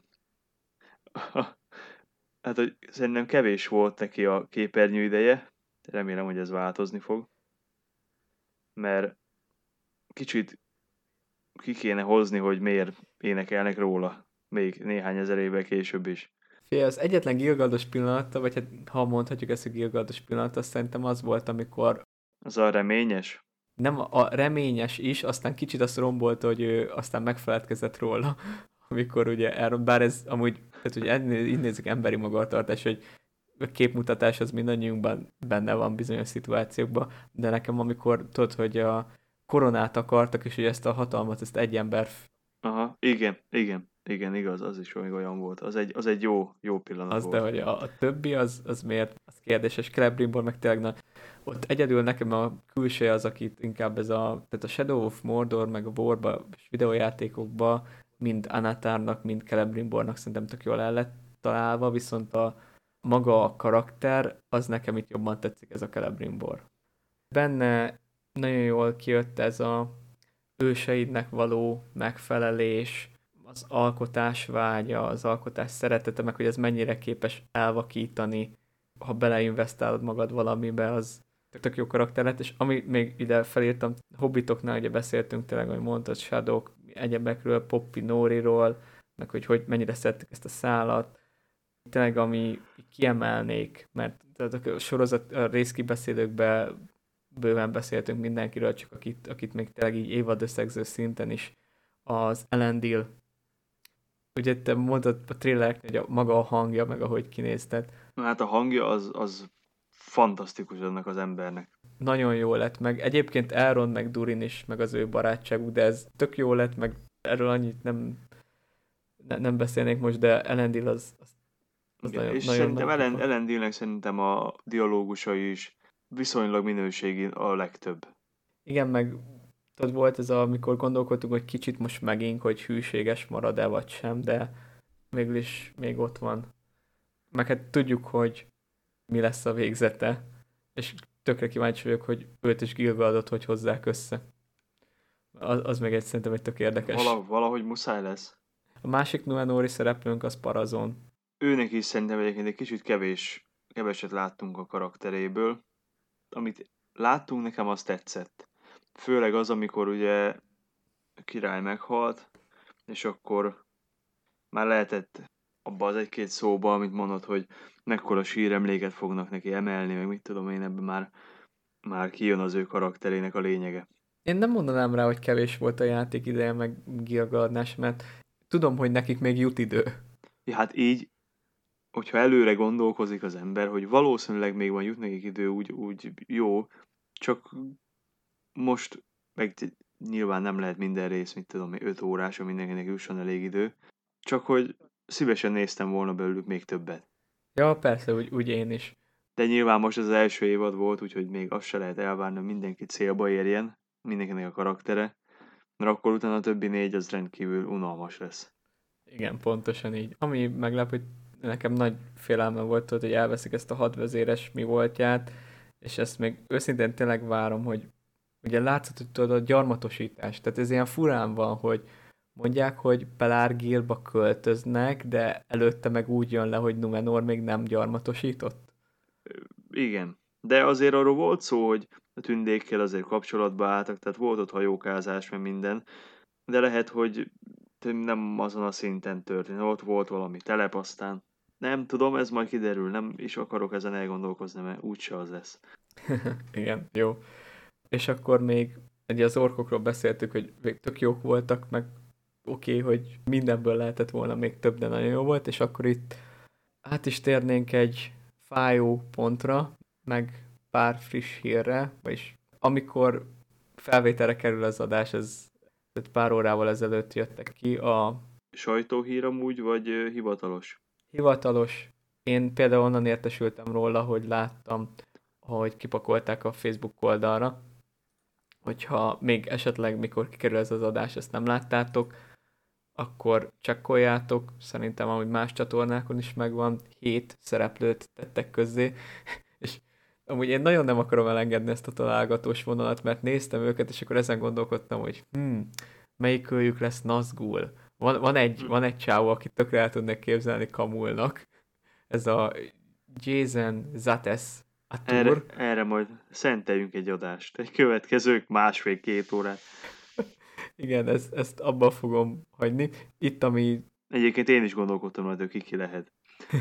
Hát, hogy szerintem kevés volt neki a képernyő ideje. Remélem, hogy ez változni fog. Mert kicsit ki kéne hozni, hogy miért énekelnek róla. Még néhány ezer évvel később is. Fé, az egyetlen Gil-galados pillanata, vagy hát ha mondhatjuk ezt a Gil-galados pillanata, szerintem az volt, amikor Az a reményes? nem a reményes is, aztán kicsit azt rombolta, hogy ő aztán megfeledkezett róla, amikor ugye elront, bár ez amúgy, tehát hogy így nézzük emberi magatartás, hogy a képmutatás az mindannyiunkban benne van bizonyos szituációkban, de nekem amikor tudod, hogy a koronát akartak, és hogy ezt a hatalmat, ezt egy ember... Aha, igen, igen, igen, igaz, az is még olyan volt. Az egy, az egy jó, jó pillanat az, volt. De hogy a, a többi, az, az miért? Az kérdéses. Celebrimbor meg tényleg, na, ott egyedül nekem a külső az, akit inkább ez a, tehát a Shadow of Mordor, meg a Warba és videójátékokba, mind Anatárnak, mind Celebrimbornak szerintem tök jól el lett találva, viszont a maga a karakter, az nekem itt jobban tetszik, ez a Celebrimbor. Benne nagyon jól kijött ez a őseidnek való megfelelés, az alkotás vágya, az alkotás szeretete, meg hogy ez mennyire képes elvakítani ha beleinvestálod magad valamibe, az tök jó karakter lett, és ami még ide felírtam, Hobbitoknál ugye beszéltünk tényleg, hogy mondtad, Shadow egyebekről, Poppy Noriról, meg hogy, hogy mennyire szerettük ezt a szálat, tényleg ami kiemelnék, mert a sorozat a részkibeszélőkben bőven beszéltünk mindenkiről, csak akit, akit még tényleg így évadösszegző szinten is, az Elendil. Ugye te mondtad a trailernek, hogy a, maga a hangja, meg ahogy kinézted. Na hát a hangja az, az fantasztikus annak az embernek. Nagyon jó lett, meg egyébként Elrond, meg Durin is, meg az ő barátságuk, de ez tök jó lett, meg erről annyit nem, ne, nem beszélnék most, de Elendil az, az, az Igen, nagyon, és nagyon szerintem nagy Ellen, Elendilnek szerintem a dialógusai is viszonylag minőségi a legtöbb. Igen, meg tudod, volt ez, amikor gondolkodtunk, hogy kicsit most megint, hogy hűséges marad-e vagy sem, de végül is még ott van. Meg hát tudjuk, hogy mi lesz a végzete, és tökre kíváncsi vagyok, hogy őt és Gilgaladot hogy hozzák össze. Az, az meg egy szerintem egy tök érdekes. Vala, valahogy muszáj lesz. A másik Numenóri szereplőnk az Parazon. Őnek is szerintem egyébként egy kicsit kevés, keveset láttunk a karakteréből. Amit láttunk, nekem az tetszett. Főleg az, amikor ugye a király meghalt, és akkor már lehetett abba az egy-két szóba, amit mondod, hogy mekkora síremléket fognak neki emelni, meg mit tudom én, ebben már, már kijön az ő karakterének a lényege. Én nem mondanám rá, hogy kevés volt a játék ideje, meg Gilgaladnás, mert tudom, hogy nekik még jut idő. Ja, hát így, hogyha előre gondolkozik az ember, hogy valószínűleg még van jut nekik idő, úgy, úgy jó, csak most meg nyilván nem lehet minden rész, mit tudom, öt órás, hogy mindenkinek jusson elég idő, csak hogy szívesen néztem volna belőlük még többet. Ja, persze, úgy, úgy én is. De nyilván most az első évad volt, úgyhogy még azt se lehet elvárni, hogy mindenki célba érjen, mindenkinek a karaktere, mert akkor utána a többi négy az rendkívül unalmas lesz. Igen, pontosan így. Ami meglep, hogy nekem nagy félelme volt, hogy elveszik ezt a hadvezéres mi voltját, és ezt még őszintén tényleg várom, hogy ugye látszott, hogy tudod a gyarmatosítás, tehát ez ilyen furán van, hogy mondják, hogy Pelargirba költöznek, de előtte meg úgy jön le, hogy Numenor még nem gyarmatosított. Igen, de azért arról volt szó, hogy a tündékkel azért kapcsolatba álltak, tehát volt ott hajókázás, meg minden, de lehet, hogy nem azon a szinten történt, ott volt valami telep, aztán nem tudom, ez majd kiderül, nem is akarok ezen elgondolkozni, mert úgyse az lesz. Igen, jó. És akkor még ugye az orkokról beszéltük, hogy még tök jók voltak, meg oké, okay, hogy mindenből lehetett volna még több, de nagyon jó volt, és akkor itt át is térnénk egy fájó pontra, meg pár friss hírre, vagyis amikor felvételre kerül az adás, ez tehát pár órával ezelőtt jöttek ki a Sajtóhír amúgy, vagy hivatalos? hivatalos. Én például onnan értesültem róla, hogy láttam, hogy kipakolták a Facebook oldalra, hogyha még esetleg mikor kikerül ez az adás, ezt nem láttátok, akkor csekkoljátok, szerintem amúgy más csatornákon is megvan, hét szereplőt tettek közzé, és amúgy én nagyon nem akarom elengedni ezt a találgatós vonalat, mert néztem őket, és akkor ezen gondolkodtam, hogy hm, melyik őjük lesz Nazgul. Van, van, egy, van egy csávó, akit tökre el tudnak képzelni Kamulnak, ez a Jason Zates Atur. Erre, erre majd szenteljünk egy adást, egy következők másfél-két órát. Igen, ezt, ezt abba fogom hagyni. Itt, ami... Egyébként én is gondolkodtam majd, hogy ki ki lehet.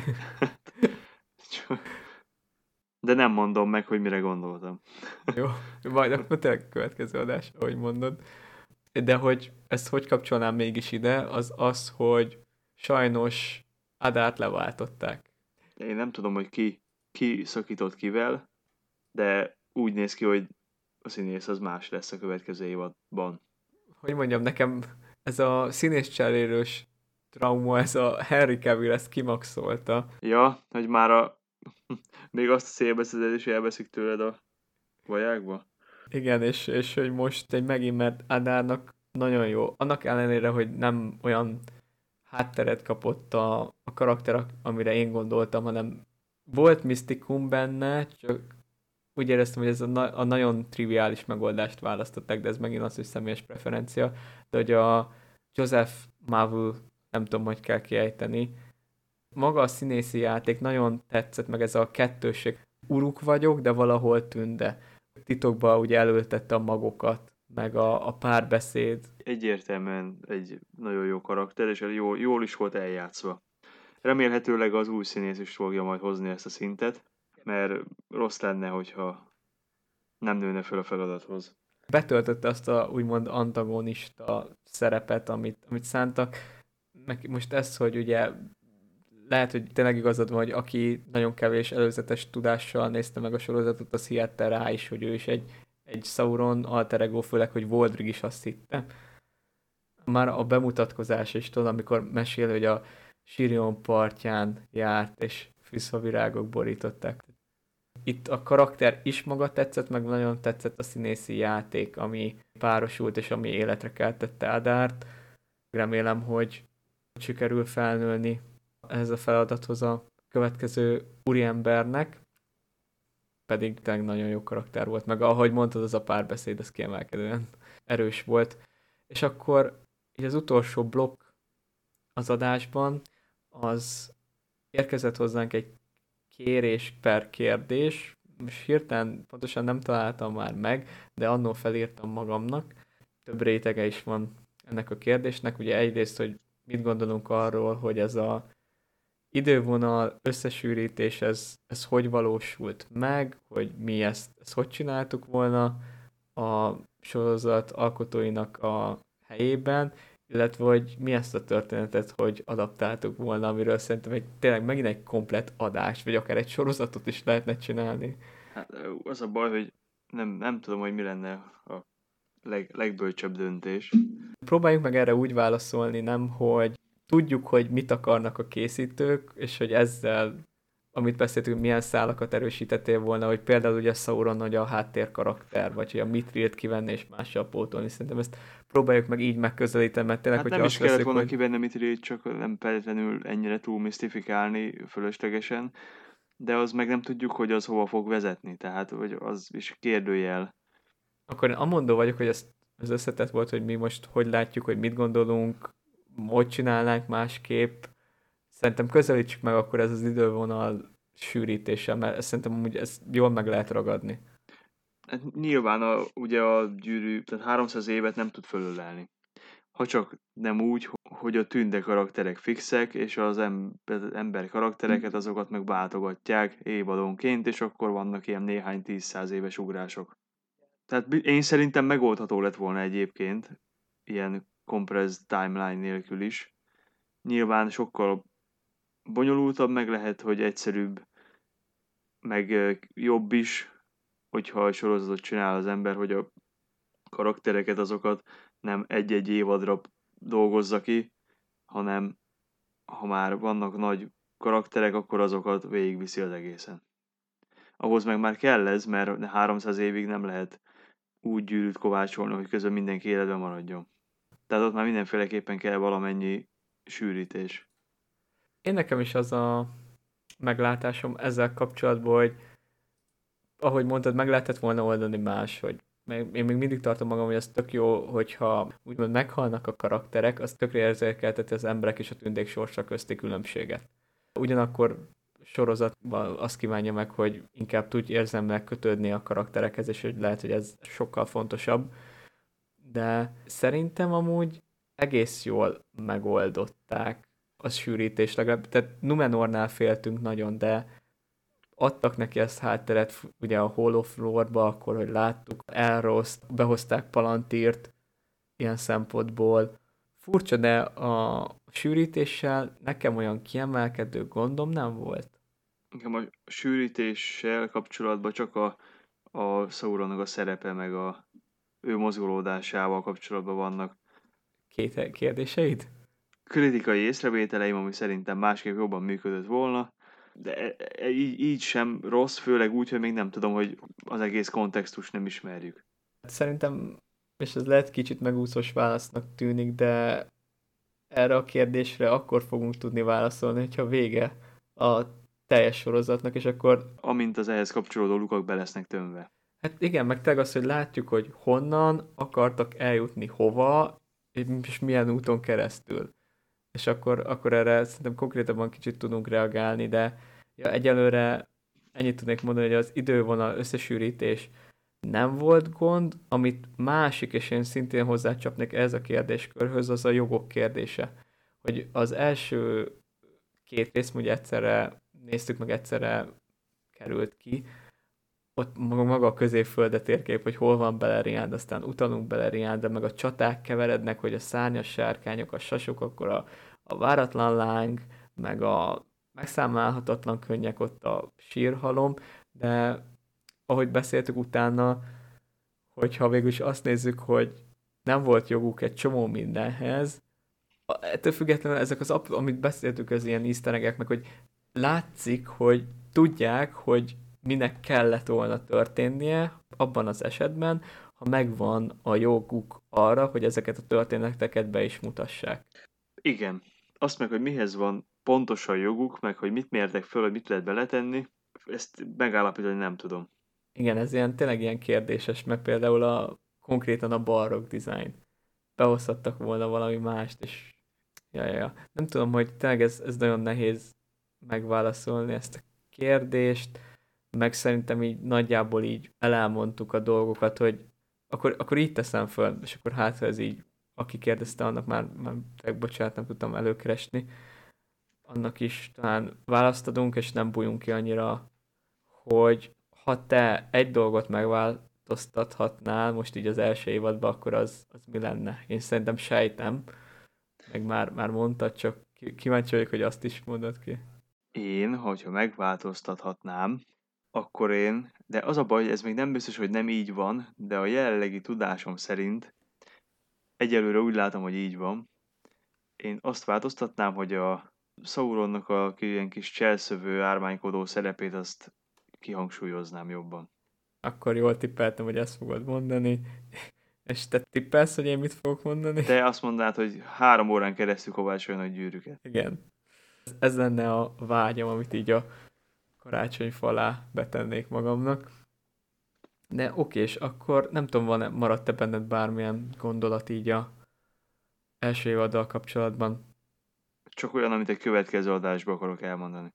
De nem mondom meg, hogy mire gondoltam. Jó, majd akkor tényleg a következő adás, ahogy mondod. De hogy ezt hogy kapcsolnám mégis ide, az az, hogy sajnos Adárt leváltották. Én nem tudom, hogy ki, ki szakított kivel, de úgy néz ki, hogy a színész az más lesz a következő évadban. Hogy mondjam, nekem ez a színész cserélős trauma, ez a Henry Cavill ezt kimaxolta. Ja, hogy már a... még azt a szélbeszédet is elveszik tőled a vajákba. Igen, és, és hogy most egy megint, mert Adárnak nagyon jó. Annak ellenére, hogy nem olyan hátteret kapott a, a karakter, amire én gondoltam, hanem volt misztikum benne, csak úgy éreztem, hogy ez a, na- a nagyon triviális megoldást választották, de ez megint az, hogy személyes preferencia, de hogy a Joseph Mavul, nem tudom, hogy kell kiejteni, maga a színészi játék nagyon tetszett, meg ez a kettősség. Uruk vagyok, de valahol tünde. Titokban ugye előtette a magokat, meg a, a párbeszéd. Egyértelműen egy nagyon jó karakter, és jól, jól is volt eljátszva. Remélhetőleg az új színész is fogja majd hozni ezt a szintet, mert rossz lenne, hogyha nem nőne fel a feladathoz. Betöltötte azt a úgymond antagonista szerepet, amit, amit szántak. Meg most ez, hogy ugye lehet, hogy tényleg igazad van, hogy aki nagyon kevés előzetes tudással nézte meg a sorozatot, az hihette rá is, hogy ő is egy, egy Sauron alter ego, főleg, hogy Voldrig is azt hitte. Már a bemutatkozás is, tudod, amikor mesél, hogy a Sirion partján járt, és fűszfavirágok borították. Itt a karakter is maga tetszett, meg nagyon tetszett a színészi játék, ami párosult, és ami életre keltette Adárt. Remélem, hogy sikerül felnőni ehhez a feladathoz a következő úriembernek, pedig tényleg nagyon jó karakter volt, meg ahogy mondtad, az a párbeszéd, az kiemelkedően erős volt. És akkor így az utolsó blokk az adásban, az érkezett hozzánk egy kérés per kérdés, most hirtelen pontosan nem találtam már meg, de annól felírtam magamnak. Több rétege is van ennek a kérdésnek. Ugye egyrészt, hogy mit gondolunk arról, hogy ez a idővonal összesűrítés, ez, ez hogy valósult meg, hogy mi ezt, ezt hogy csináltuk volna a sorozat alkotóinak a helyében, illetve hogy mi ezt a történetet, hogy adaptáltuk volna, amiről szerintem egy, tényleg megint egy komplett adást, vagy akár egy sorozatot is lehetne csinálni. Hát az a baj, hogy nem, nem tudom, hogy mi lenne a leg, legbölcsebb döntés. Próbáljuk meg erre úgy válaszolni, nem, hogy tudjuk, hogy mit akarnak a készítők, és hogy ezzel, amit beszéltünk, milyen szálakat erősítettél volna, hogy például ugye Sauron, hogy a háttérkarakter, vagy hogy a Mithril-t kivenni és mással pótolni. Szerintem ezt próbáljuk meg így megközelíteni, mert tényleg, Hát hogyha nem is kellett veszük, volna hogy... kivenni Mithril-t, csak nem feltétlenül ennyire túl misztifikálni fölöslegesen, de az meg nem tudjuk, hogy az hova fog vezetni, tehát hogy az is kérdőjel. Akkor én amondó vagyok, hogy ez, ez összetett volt, hogy mi most hogy látjuk, hogy mit gondolunk, hogy csinálnánk másképp. Szerintem közelítsük meg akkor ez az idővonal sűrítése, mert szerintem amúgy ezt jól meg lehet ragadni. Hát nyilván a, ugye a gyűrű, tehát háromszáz évet nem tud fölölelni. Ha csak nem úgy, hogy a tünde karakterek fixek, és az ember, ember karaktereket azokat meg váltogatják évadonként, és akkor vannak ilyen néhány tíz-száz éves ugrások. Tehát én szerintem megoldható lett volna egyébként, ilyen compressed timeline nélkül is. Nyilván sokkal bonyolultabb, meg lehet, hogy egyszerűbb, meg jobb is, hogyha a sorozatot csinál az ember, hogy a karaktereket azokat nem egy-egy évadra dolgozza ki, hanem ha már vannak nagy karakterek, akkor azokat végigviszi az egészen. Ahhoz meg már kell ez, mert háromszáz évig nem lehet úgy gyűrűt kovácsolni, hogy közben mindenki életben maradjon. Tehát ott már mindenféleképpen kell valamennyi sűrítés. Én nekem is az a meglátásom ezzel kapcsolatban, hogy ahogy mondtad, meg lehetett volna oldani más, hogy én még mindig tartom magam, hogy ez tök jó, hogyha úgymond meghalnak a karakterek, az tökre érzékelteti az emberek és a tündék sorsa közti különbséget. Ugyanakkor sorozatban azt kívánja meg, hogy inkább tudj érzelmileg kötődni a karakterekhez, és hogy lehet, hogy ez sokkal fontosabb. De szerintem amúgy egész jól megoldották a sűrítés legalább. Tehát Numenornál féltünk nagyon, de adtak neki ezt hátteret ugye a Hall of Lore-ba, akkor, hogy láttuk, Elrost, behozták Palantírt ilyen szempontból. Furcsa, de a sűrítéssel nekem olyan kiemelkedő gondom nem volt. Nekem a sűrítéssel kapcsolatban csak a, a Sauronnak a szerepe, meg a ő mozgolódásával kapcsolatban vannak Két kérdéseid? kritikai észrevételeim, ami szerintem másképp jobban működött volna, de e, e, így, így sem rossz, főleg úgy, hogy még nem tudom, hogy az egész kontextust nem ismerjük. Szerintem, és ez lehet kicsit megúszós válasznak tűnik, de erre a kérdésre akkor fogunk tudni válaszolni, hogyha vége a teljes sorozatnak, és akkor... Amint az ehhez kapcsolódó lukak be lesznek tömve. Hát igen, meg tényleg az, hogy látjuk, hogy honnan akartak eljutni hova, és milyen úton keresztül. és akkor, akkor erre szerintem konkrétabban kicsit tudunk reagálni, de ja, egyelőre ennyit tudnék mondani, hogy az idővonal összesűrítés nem volt gond, amit másik, és én szintén hozzácsapnék ez a kérdéskörhöz, az a jogok kérdése. Hogy az első két rész ugye egyszerre néztük, meg egyszerre került ki, ott maga, maga a középföldet térkép, hogy hol van Beleriand, aztán utalunk Beleriandra, meg a csaták keverednek, hogy a szárnyas sárkányok, a sasok, akkor a, a váratlan láng, meg a megszámlálhatatlan könnyek, ott a sírhalom, de ahogy beszéltük utána, hogyha végül is azt nézzük, hogy nem volt joguk egy csomó mindenhez, ettől függetlenül ezek az, amit beszéltük, az ilyen easter egg-ek, meg hogy látszik, hogy tudják, hogy minek kellett volna történnie abban az esetben, ha megvan a joguk arra, hogy ezeket a történeteket be is mutassák. Igen. Azt meg, hogy mihez van pontosan joguk, meg hogy mit mértek föl, hogy mit lehet beletenni, ezt megállapítani nem tudom. Igen, ez ilyen, tényleg ilyen kérdéses, meg például a, konkrétan a Balrog design. Behozhattak volna valami mást, és ja, ja, ja. Nem tudom, hogy tényleg ez, ez nagyon nehéz megválaszolni ezt a kérdést, meg szerintem így nagyjából így elmondtuk a dolgokat, hogy akkor, akkor így teszem föl, és akkor hát, ha ez így, aki kérdezte, annak már, már bocsánat, nem tudtam előkeresni, annak is talán választ adunk, és nem bújunk ki annyira, hogy ha te egy dolgot megváltoztathatnál most így az első évadban, akkor az, az mi lenne? Én szerintem sejtem, meg már, már mondtad, csak kíváncsi vagyok, hogy azt is mondod ki. Én, hogyha megváltoztathatnám, akkor én, de az a baj, hogy ez még nem biztos, hogy nem így van, de a jelenlegi tudásom szerint egyelőre úgy látom, hogy így van. Én azt változtatnám, hogy a Sauronnak a ilyen kis cselszövő, ármánykodó szerepét azt kihangsúlyoznám jobban. Akkor jól tippeltem, hogy ezt fogod mondani. És te tippelsz, hogy én mit fogok mondani? Te azt mondanád, hogy három órán keresztül kovácsoljon a gyűrűket. Igen. Ez lenne a vágyam, amit így a karácsonyfa alá betennék magamnak. De oké, és akkor nem tudom, van-e, maradt-e benned bármilyen gondolat így a első évaddal kapcsolatban? Csak olyan, amit egy következő adásban akarok elmondani.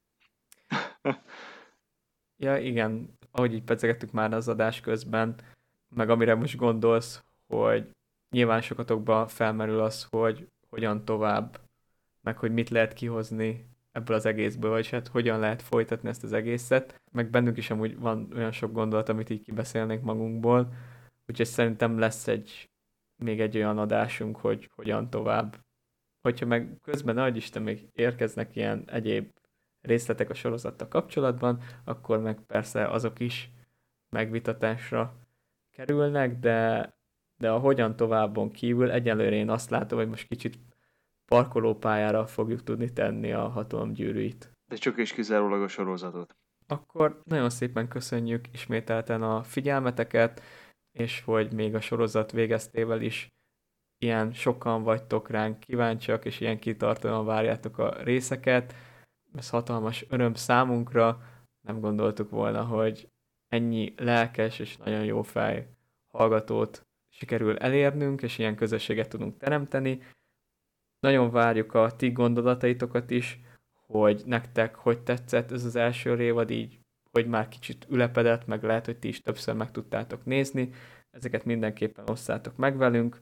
Ja, igen, ahogy így pedzegettük már az adás közben, meg amire most gondolsz, hogy nyilván sokatokban felmerül az, hogy hogyan tovább, meg hogy mit lehet kihozni ebből az egészből, vagy hát hogyan lehet folytatni ezt az egészet, meg bennünk is amúgy van olyan sok gondolat, amit így kibeszélnénk magunkból, úgyhogy szerintem lesz egy még egy olyan adásunk, hogy hogyan tovább. Hogyha meg közben, nagy Isten, még érkeznek ilyen egyéb részletek a sorozattal kapcsolatban, akkor meg persze azok is megvitatásra kerülnek, de, de a hogyan továbbon kívül egyelőre én azt látom, hogy most kicsit parkolópályára fogjuk tudni tenni a hatalomgyűrűit. De csak és kizárólag a sorozatot. Akkor nagyon szépen köszönjük ismételten a figyelmeteket, és hogy még a sorozat végeztével is ilyen sokan vagytok ránk kíváncsiak, és ilyen kitartóan várjátok a részeket. Ez hatalmas öröm számunkra. Nem gondoltuk volna, hogy ennyi lelkes és nagyon jó fej hallgatót sikerül elérnünk, és ilyen közösséget tudunk teremteni. Nagyon várjuk a ti gondolataitokat is, hogy nektek hogy tetszett ez az első évad, így, hogy már kicsit ülepedett, meg lehet, hogy ti is többször meg tudtátok nézni. Ezeket mindenképpen osszátok meg velünk,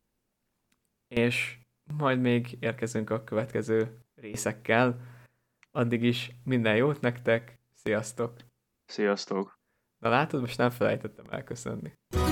és majd még érkezünk a következő részekkel. Addig is minden jót nektek, sziasztok! Sziasztok! Na látod, most nem felejtettem elköszönni.